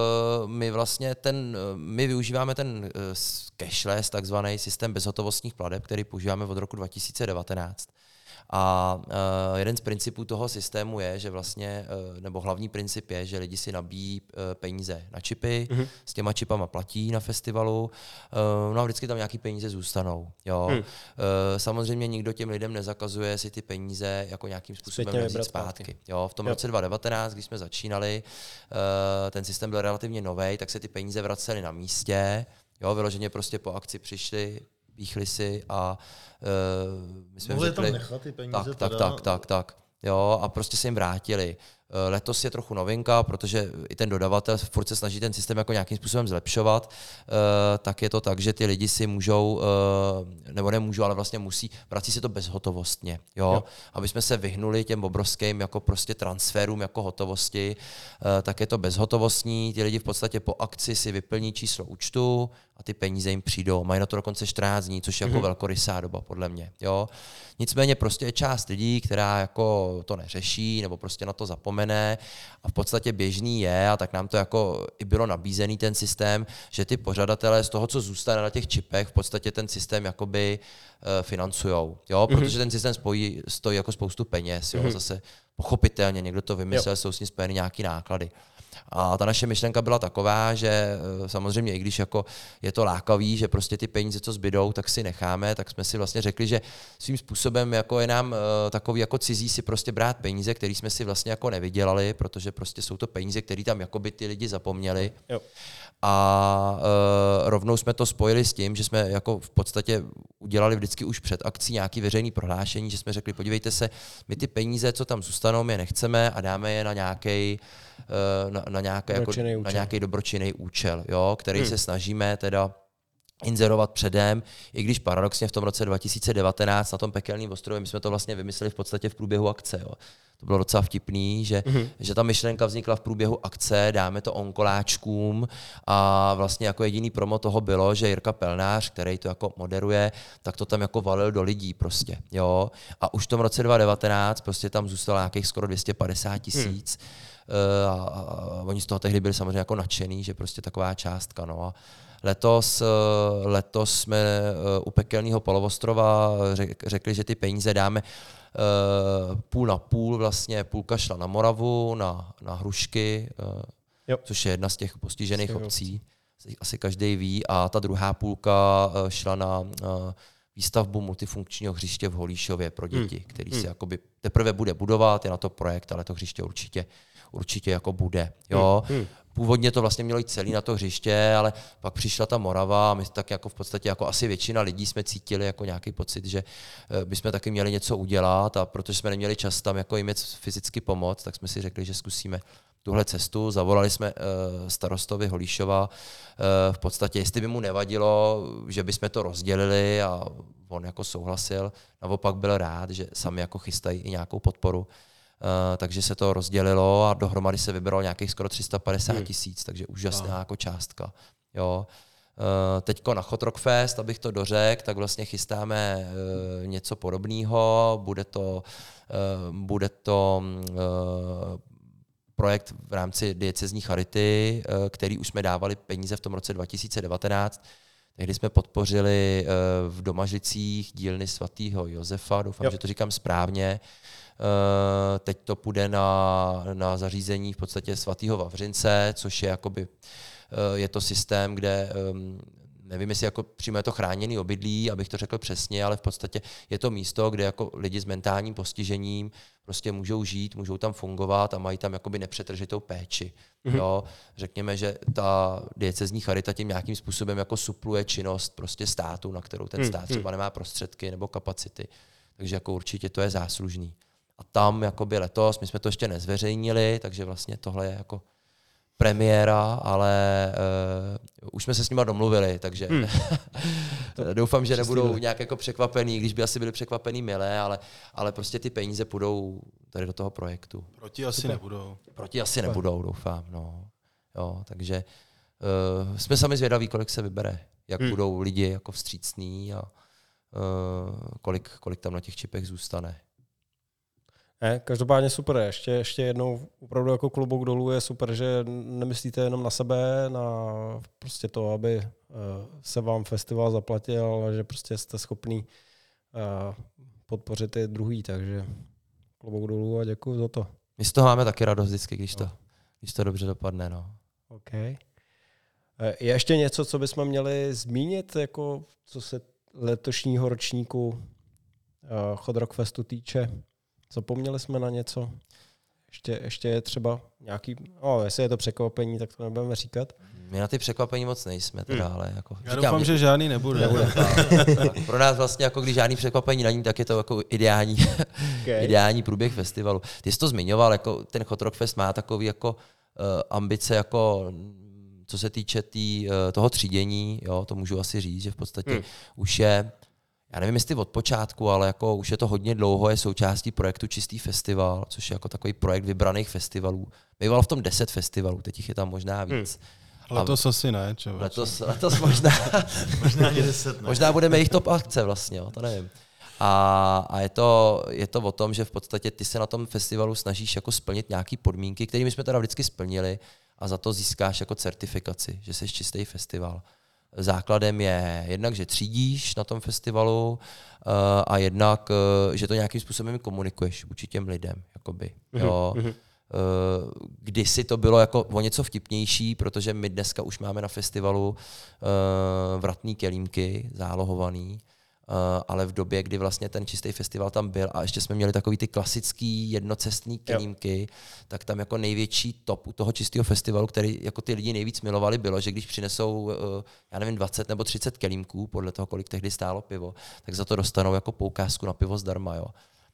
my využíváme ten cashless, takzvaný systém bezhotovostních plateb, který používáme od roku 2019. A jeden z principů toho systému je, že vlastně, nebo hlavní princip je, že lidi si nabíjí peníze na čipy, s těma čipama platí na festivalu, no a vždycky tam nějaký peníze zůstanou. Jo. Samozřejmě nikdo těm lidem nezakazuje si ty peníze jako nějakým způsobem vzít zpátky. Jo. V tom roce 2019, když jsme začínali, ten systém byl relativně nový, tak se ty peníze vracely na místě, jo, vyloženě prostě po akci přišli, píchli si a my jsme mohli řekli, tam nechat ty peníze tak. Jo, a prostě se jim vrátili. Letos je trochu novinka, protože i ten dodavatel furt se snaží ten systém jako nějakým způsobem zlepšovat, tak je to tak, že ty lidi si můžou, nebo nemůžou, ale vlastně musí, vrací se to bezhotovostně, jo? Aby jsme se vyhnuli těm obrovským jako prostě transferům jako hotovosti, tak je to bezhotovostní, ty lidi v podstatě po akci si vyplní číslo účtu a ty peníze jim přijdou. Mají na to dokonce 14 dní, což je jako velkorysá doba, podle mě, jo? Nicméně prostě je část lidí, která jako to neřeší, nebo prostě na to zapomene a v podstatě běžný je, a tak nám to jako i bylo nabízený ten systém, že ty pořadatelé z toho, co zůstane na těch čipech, v podstatě ten systém jakoby financujou, jo, protože ten systém stojí jako spoustu peněz, jo, zase pochopitelně, někdo to vymyslel, jsou s ním spojeny nějaký náklady. A ta naše myšlenka byla taková, že samozřejmě i když jako je to lákavý, že prostě ty peníze, co zbydou, tak si necháme, tak jsme si vlastně řekli, že svým způsobem jako je nám takový jako cizí si prostě brát peníze, které jsme si vlastně jako nevydělali, protože prostě jsou to peníze, které tam jakoby ty lidi zapomněli. Jo. A rovnou jsme to spojili s tím, že jsme jako v podstatě udělali vždycky už před akcí nějaký veřejný prohlášení, že jsme řekli, podívejte se, my ty peníze, co tam zůstanou, my je nechceme a dáme je na nějaký na nějaký dobročinný účel, jo, který se snažíme teda inzerovat předem, i když paradoxně v tom roce 2019 na tom Pekelném ostrově my jsme to vlastně vymysleli v podstatě v průběhu akce. Jo. To bylo docela vtipný, že ta myšlenka vznikla v průběhu akce, dáme to onkoláčkům a vlastně jako jediný promo toho bylo, že Jirka Pelnář, který to jako moderuje, tak to tam jako valil do lidí prostě. Jo. A už v tom roce 2019 prostě tam zůstalo nějakých skoro 250 000. A oni z toho tehdy byli samozřejmě jako nadšený, že prostě taková částka. No. A letos jsme u Pekelného poloostrova řekli, že ty peníze dáme půl na půl, vlastně půlka šla na Moravu, na Hrušky, což je jedna z těch postižených obcí. asi každý ví, a ta druhá půlka šla na výstavbu multifunkčního hřiště v Holíšově pro děti, který se jakoby teprve bude budovat, je na to projekt, ale to hřiště určitě jako bude. Jo. Původně to vlastně mělo jít celý na to hřiště, ale pak přišla ta Morava a my tak jako v podstatě jako asi většina lidí jsme cítili jako nějaký pocit, že bychom taky měli něco udělat, a protože jsme neměli čas tam jako jim fyzicky pomoct, tak jsme si řekli, že zkusíme tuhle cestu. Zavolali jsme starostovi Holíšova, v podstatě, jestli by mu nevadilo, že bychom to rozdělili, a on jako souhlasil. Naopak byl rád, že sami jako chystají i nějakou podporu. Takže se to rozdělilo a dohromady se vybralo nějakých skoro 350 000, takže úžasná jako částka. Jo. Teďko na Hot Rock Fest, abych to dořekl, tak vlastně chystáme něco podobného. Bude to projekt v rámci diecezní charity, který už jsme dávali peníze v tom roce 2019. Tehdy jsme podpořili v Domažlicích dílny svatého Josefa, doufám, že to říkám správně. Teď to půjde na zařízení v podstatě svatého Vavřince, což je jakoby, je to systém, kde nevím, jestli jako přímo je to chráněný obydlí, abych to řekl přesně, ale v podstatě je to místo, kde jako lidi s mentálním postižením prostě můžou žít, můžou tam fungovat a mají tam jakoby nepřetržitou péči. Jo? Řekněme, že ta diecezní charita tím nějakým způsobem jako supluje činnost prostě státu, na kterou ten stát třeba nemá prostředky nebo kapacity. Takže jako určitě to je záslužný. A tam jakoby letos, my jsme to ještě nezveřejnili, takže vlastně tohle je jako premiéra, ale už jsme se s nima domluvili, takže doufám, že nebudou nějak jako překvapený, když by asi byli překvapený milé, ale prostě ty peníze půjdou tady do toho projektu. Proti asi nebudou. Proti asi nebudou, doufám. No. Jo, takže jsme sami zvědaví, kolik se vybere, jak budou lidi jako vstřícní a kolik tam na těch čipech zůstane. Každopádně super. Ještě jednou opravdu jako klobouk dolů je super, že nemyslíte jenom na sebe, na prostě to, aby se vám festival zaplatil, ale že prostě jste schopný podpořit i druhý, takže klobouk dolů a děkuju za to. My z toho máme taky radost vždycky, když to dobře dopadne. No. Okay. Je ještě něco, co bychom měli zmínit, jako co se letošního ročníku Hot Rock Festu týče? Zapomněli jsme na něco? Ještě je třeba nějaký, jestli je to překvapení, tak to nebudeme říkat. My na ty překvapení moc nejsme teda, ale jako... Já doufám, že žádný nebude. Tak, pro nás vlastně, jako když žádný překvapení není, tak je to jako ideální průběh festivalu. Ty jsi to zmiňoval, jako ten Hot Rock Fest má takový jako ambice, jako co se týče toho třídění, jo, to můžu asi říct, že v podstatě už je, já nevím, jestli od počátku, ale jako už je to hodně dlouho, je součástí projektu Čistý festival, což je jako takový projekt vybraných festivalů. Bývalo v tom 10 festivalů, teď jich je tam možná víc. Letos asi ne, letos možná. Možná ani 10 ne. Možná budeme jejich top akce vlastně, jo, to nevím. A je to o tom, že v podstatě ty se na tom festivalu snažíš jako splnit nějaké podmínky, které my jsme teda vždycky splnili, a za to získáš jako certifikaci, že jsi čistý festival. Základem je jednak, že třídíš na tom festivalu, a jednak, že to nějakým způsobem komunikuješ vůči těm lidem. Jakoby, jo. Kdysi to bylo jako o něco vtipnější, protože my dneska už máme na festivalu vratný kelímky, zálohovaný, ale v době, kdy vlastně ten čistý festival tam byl a ještě jsme měli takový ty klasický jednocestný kelímky, tak tam jako největší top u toho čistého festivalu, který jako ty lidi nejvíc milovali, bylo, že když přinesou, já nevím, 20 nebo 30 kelímků, podle toho, kolik tehdy stálo pivo, tak za to dostanou jako poukázku na pivo zdarma, jo.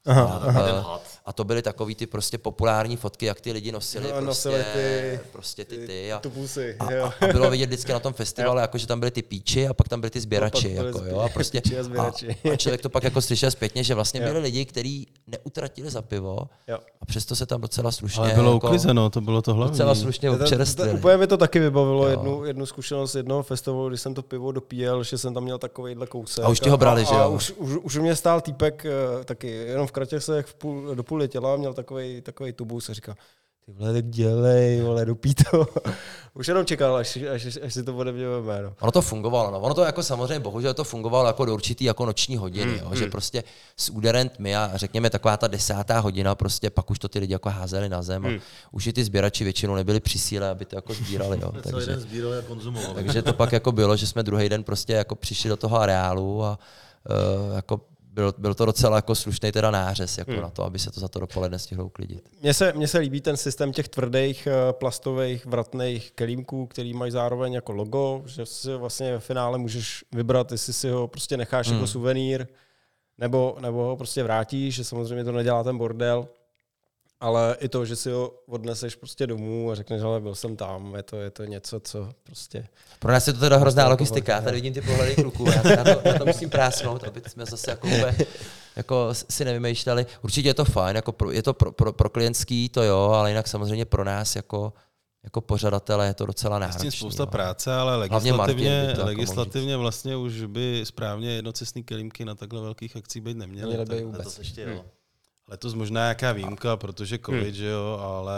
A to byly takový ty prostě populární fotky, jak ty lidi nosili prostě ty tubusy, a bylo vidět vždycky na tom festivalu, jako, že tam byli ty píči a pak tam byli ty sběrači. Jo, a, prostě, a člověk to pak jako slyšel zpětně, že vlastně byli lidi, kteří neutratili za pivo a přesto se tam docela slušně... Ale bylo uklizeno, to bylo to hlavní. Docela slušně občerstvili. Úplně mi to taky vybavilo jednu zkušenost jednoho festivalu, když jsem to pivo dopíjel, že jsem tam měl takovejhle kousek. A už ti ho brali, že jo? Už mě stál týpek taky jenom v Kratěsech do půl těla, měl takovej tubus a říkal, ty vole, tak dělej, vole, dopí to. Už jenom čekal, až si to ode mě jméno. Ono to fungovalo, no. Ono to jako samozřejmě, bohužel to fungovalo jako do určitý jako noční hodiny, jo? Že prostě s úderem tmy a řekněme taková ta 10. hodina, prostě pak už to ty lidi jako házeli na zem a už i ty sběrači většinou nebyli při síle, aby to jako sbírali, jo. Celý den sbírali a konzumovali. Takže to pak jako bylo, že jsme druhý den prostě jako přišli do toho areálu a jako byl to docela jako slušný teda nářez jako na to, aby se to za to dopoledne stihlo uklidit. Mně se líbí ten systém těch tvrdých plastových vratných kelímků, který mají zároveň jako logo, že si vlastně ve finále můžeš vybrat, jestli si ho prostě necháš jako suvenýr, nebo ho prostě vrátíš, že samozřejmě to nedělá ten bordel, ale i to, že si ho odneseš prostě domů a řekneš, ale byl jsem tam, je to něco, co prostě... Pro nás je to teda hrozná logistika, já tady vidím ty pohledy kluků, já to musím prásknout, aby jsme zase jako si nevymýšleli. Určitě je to fajn, jako je to pro klientský, to jo, ale jinak samozřejmě pro nás jako pořadatele je to docela náročné. S tím spousta práce, ale legislativně vlastně už by správně jednocestný kelímky na takhle velkých akcích být neměly. Letos ještě jo. Letos možná nějaká výjimka, protože covid, že jo, ale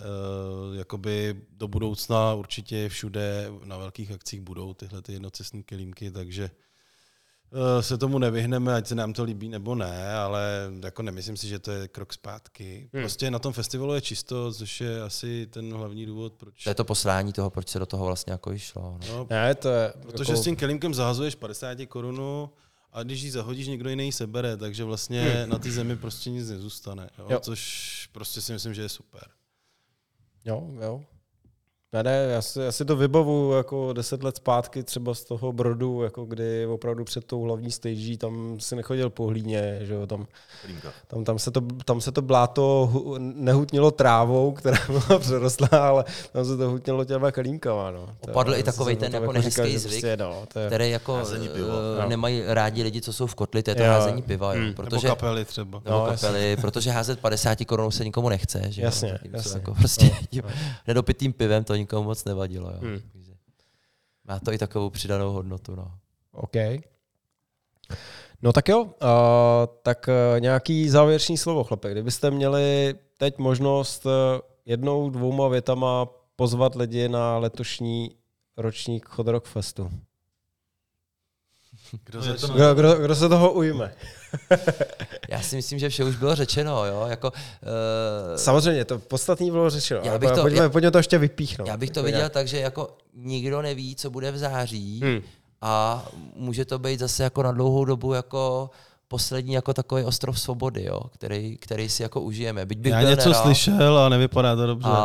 jakoby do budoucna určitě všude na velkých akcích budou tyhle ty jednocestní kelímky, takže se tomu nevyhneme, ať se nám to líbí nebo ne, ale jako nemyslím si, že to je krok zpátky. Prostě na tom festivalu je čisto, což je asi ten hlavní důvod, proč... To je to poslání toho, proč se do toho vlastně jako išlo. No, ne, to je protože jako... s tím kelímkem zahazuješ 50 korun a když ji zahodíš, někdo jiný sebere, takže vlastně na té zemi prostě nic nezůstane. Jo? Což prostě si myslím, že je super. Jo. Ne, já si to vybavu jako 10 let zpátky třeba z toho Brodu, jako kdy opravdu před tou hlavní stage tam si nechodil po hlíně, že jo, tam se to bláto nehutnilo trávou, která byla přerostlá, ale tam se to hutnilo těma kelímkama, no. Opadl i takový ten jako nehezký zvyk, který jako nemají rádi lidi, co jsou v kotli, to je to házení piva, jo, protože, nebo kapely třeba. Protože házet 50 korun se nikomu nechce, že jo. Jasně. Jako prostě nedopitým pivem to nikomu moc nevadilo. Jo. Má to i takovou přidanou hodnotu. No. OK. No tak jo, tak nějaký závěrečný slovo, chlape. Kdybyste měli teď možnost 1-2 větama pozvat lidi na letošní ročník Hot Rock Festu. Kdo se toho ujme? Já si myslím, že vše už bylo řečeno. Jo? Jako, samozřejmě, to podstatný bylo řečeno. Pojďme to ještě vypíchnout. Já bych to viděl tak, že jako nikdo neví, co bude v září a může to být zase jako na dlouhou dobu jako poslední jako takový ostrov svobody, jo? Který si jako užijeme. Já něco slyšel a nevypadá to dobře.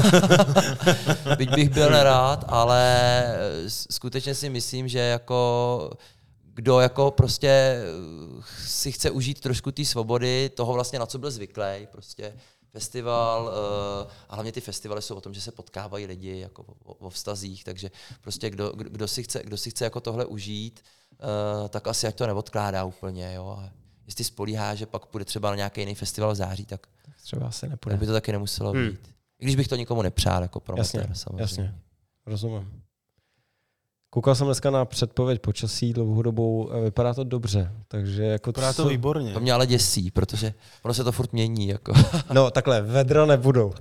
Byť bych byl nerád, ale skutečně si myslím, že jako kdo jako prostě si chce užít trošku té svobody, toho vlastně na co byl zvyklý, prostě festival, a hlavně ty festivaly jsou o tom, že se potkávají lidi jako o vztazích, takže prostě kdo si chce jako tohle užít, tak asi ať to neodkládá úplně, jo. A jestli spolíhá, že pak půjde třeba na nějaký jiný festival v září, tak třeba asi nepůjde. Tak by to taky nemuselo být. I když bych to nikomu nepřál jako promotér, samozřejmě. Jasně, rozumím. Koukal jsem dneska na předpověď počasí dlouhodobou, vypadá to dobře, takže jako vypadá to výborně. To mě ale děsí, protože ono se to furt mění. Jako. No takhle, vedra nebudou.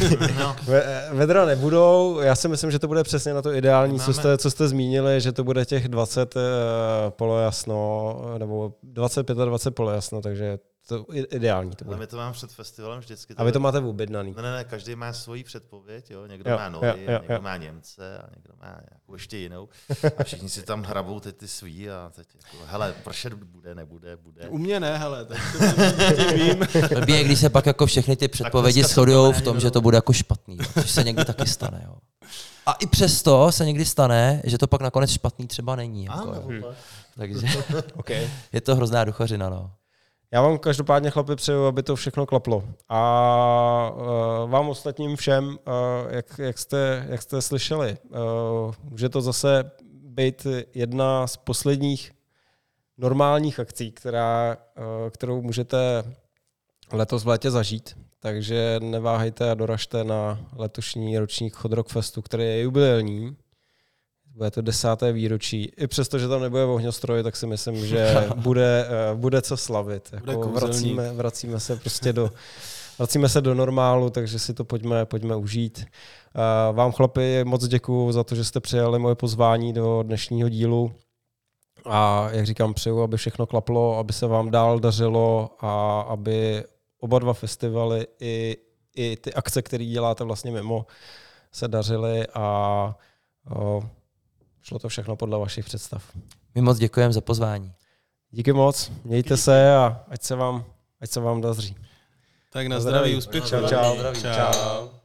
Vedra nebudou, já si myslím, že to bude přesně na to ideální, co jste zmínili, že to bude těch 20 polojasno, nebo 25 polojasno, takže to ideální. To bude. Ale my to máme před festivalem vždycky. A vy to máte objednaný. Ne, každý má svoji předpověď, jo. Někdo má Nový, někdo má Němce a někdo má nějakou ještě jinou. A všichni si tam hrabou ty svý a teď jako, hele, pršet nebude. U mě ne, hele, tak to vím. Blbě, když se pak jako všechny ty předpovědi shodujou v tom, že to bude jako špatný, což se někdy taky stane, jo. A i přesto se někdy stane, že to pak nakonec špatný třeba není. Jako, takže je to hrozná duchořina, no. Já vám každopádně, chlapi, přeju, aby to všechno klaplo. A vám ostatním všem, jak jste slyšeli, může to zase být jedna z posledních normálních akcí, kterou můžete letos v létě zažít. Takže neváhejte a doražte na letošní ročník Hot Rock Festu, který je jubilejní. Bude to 10. výročí. I přesto, že tam nebude ohňostroj, tak si myslím, že bude co slavit. Jako vracíme se prostě vracíme se do normálu, takže si to pojďme užít. Vám chlapi moc děkuju za to, že jste přijali moje pozvání do dnešního dílu. A jak říkám, přeju, aby všechno klaplo, aby se vám dál dařilo a aby oba dva festivaly i ty akce, které děláte vlastně mimo, se dařily a šlo to všechno podle vašich představ. My moc děkujeme za pozvání. Díky moc, mějte se a ať se vám daří. Tak na zdraví, úspěch. Čau.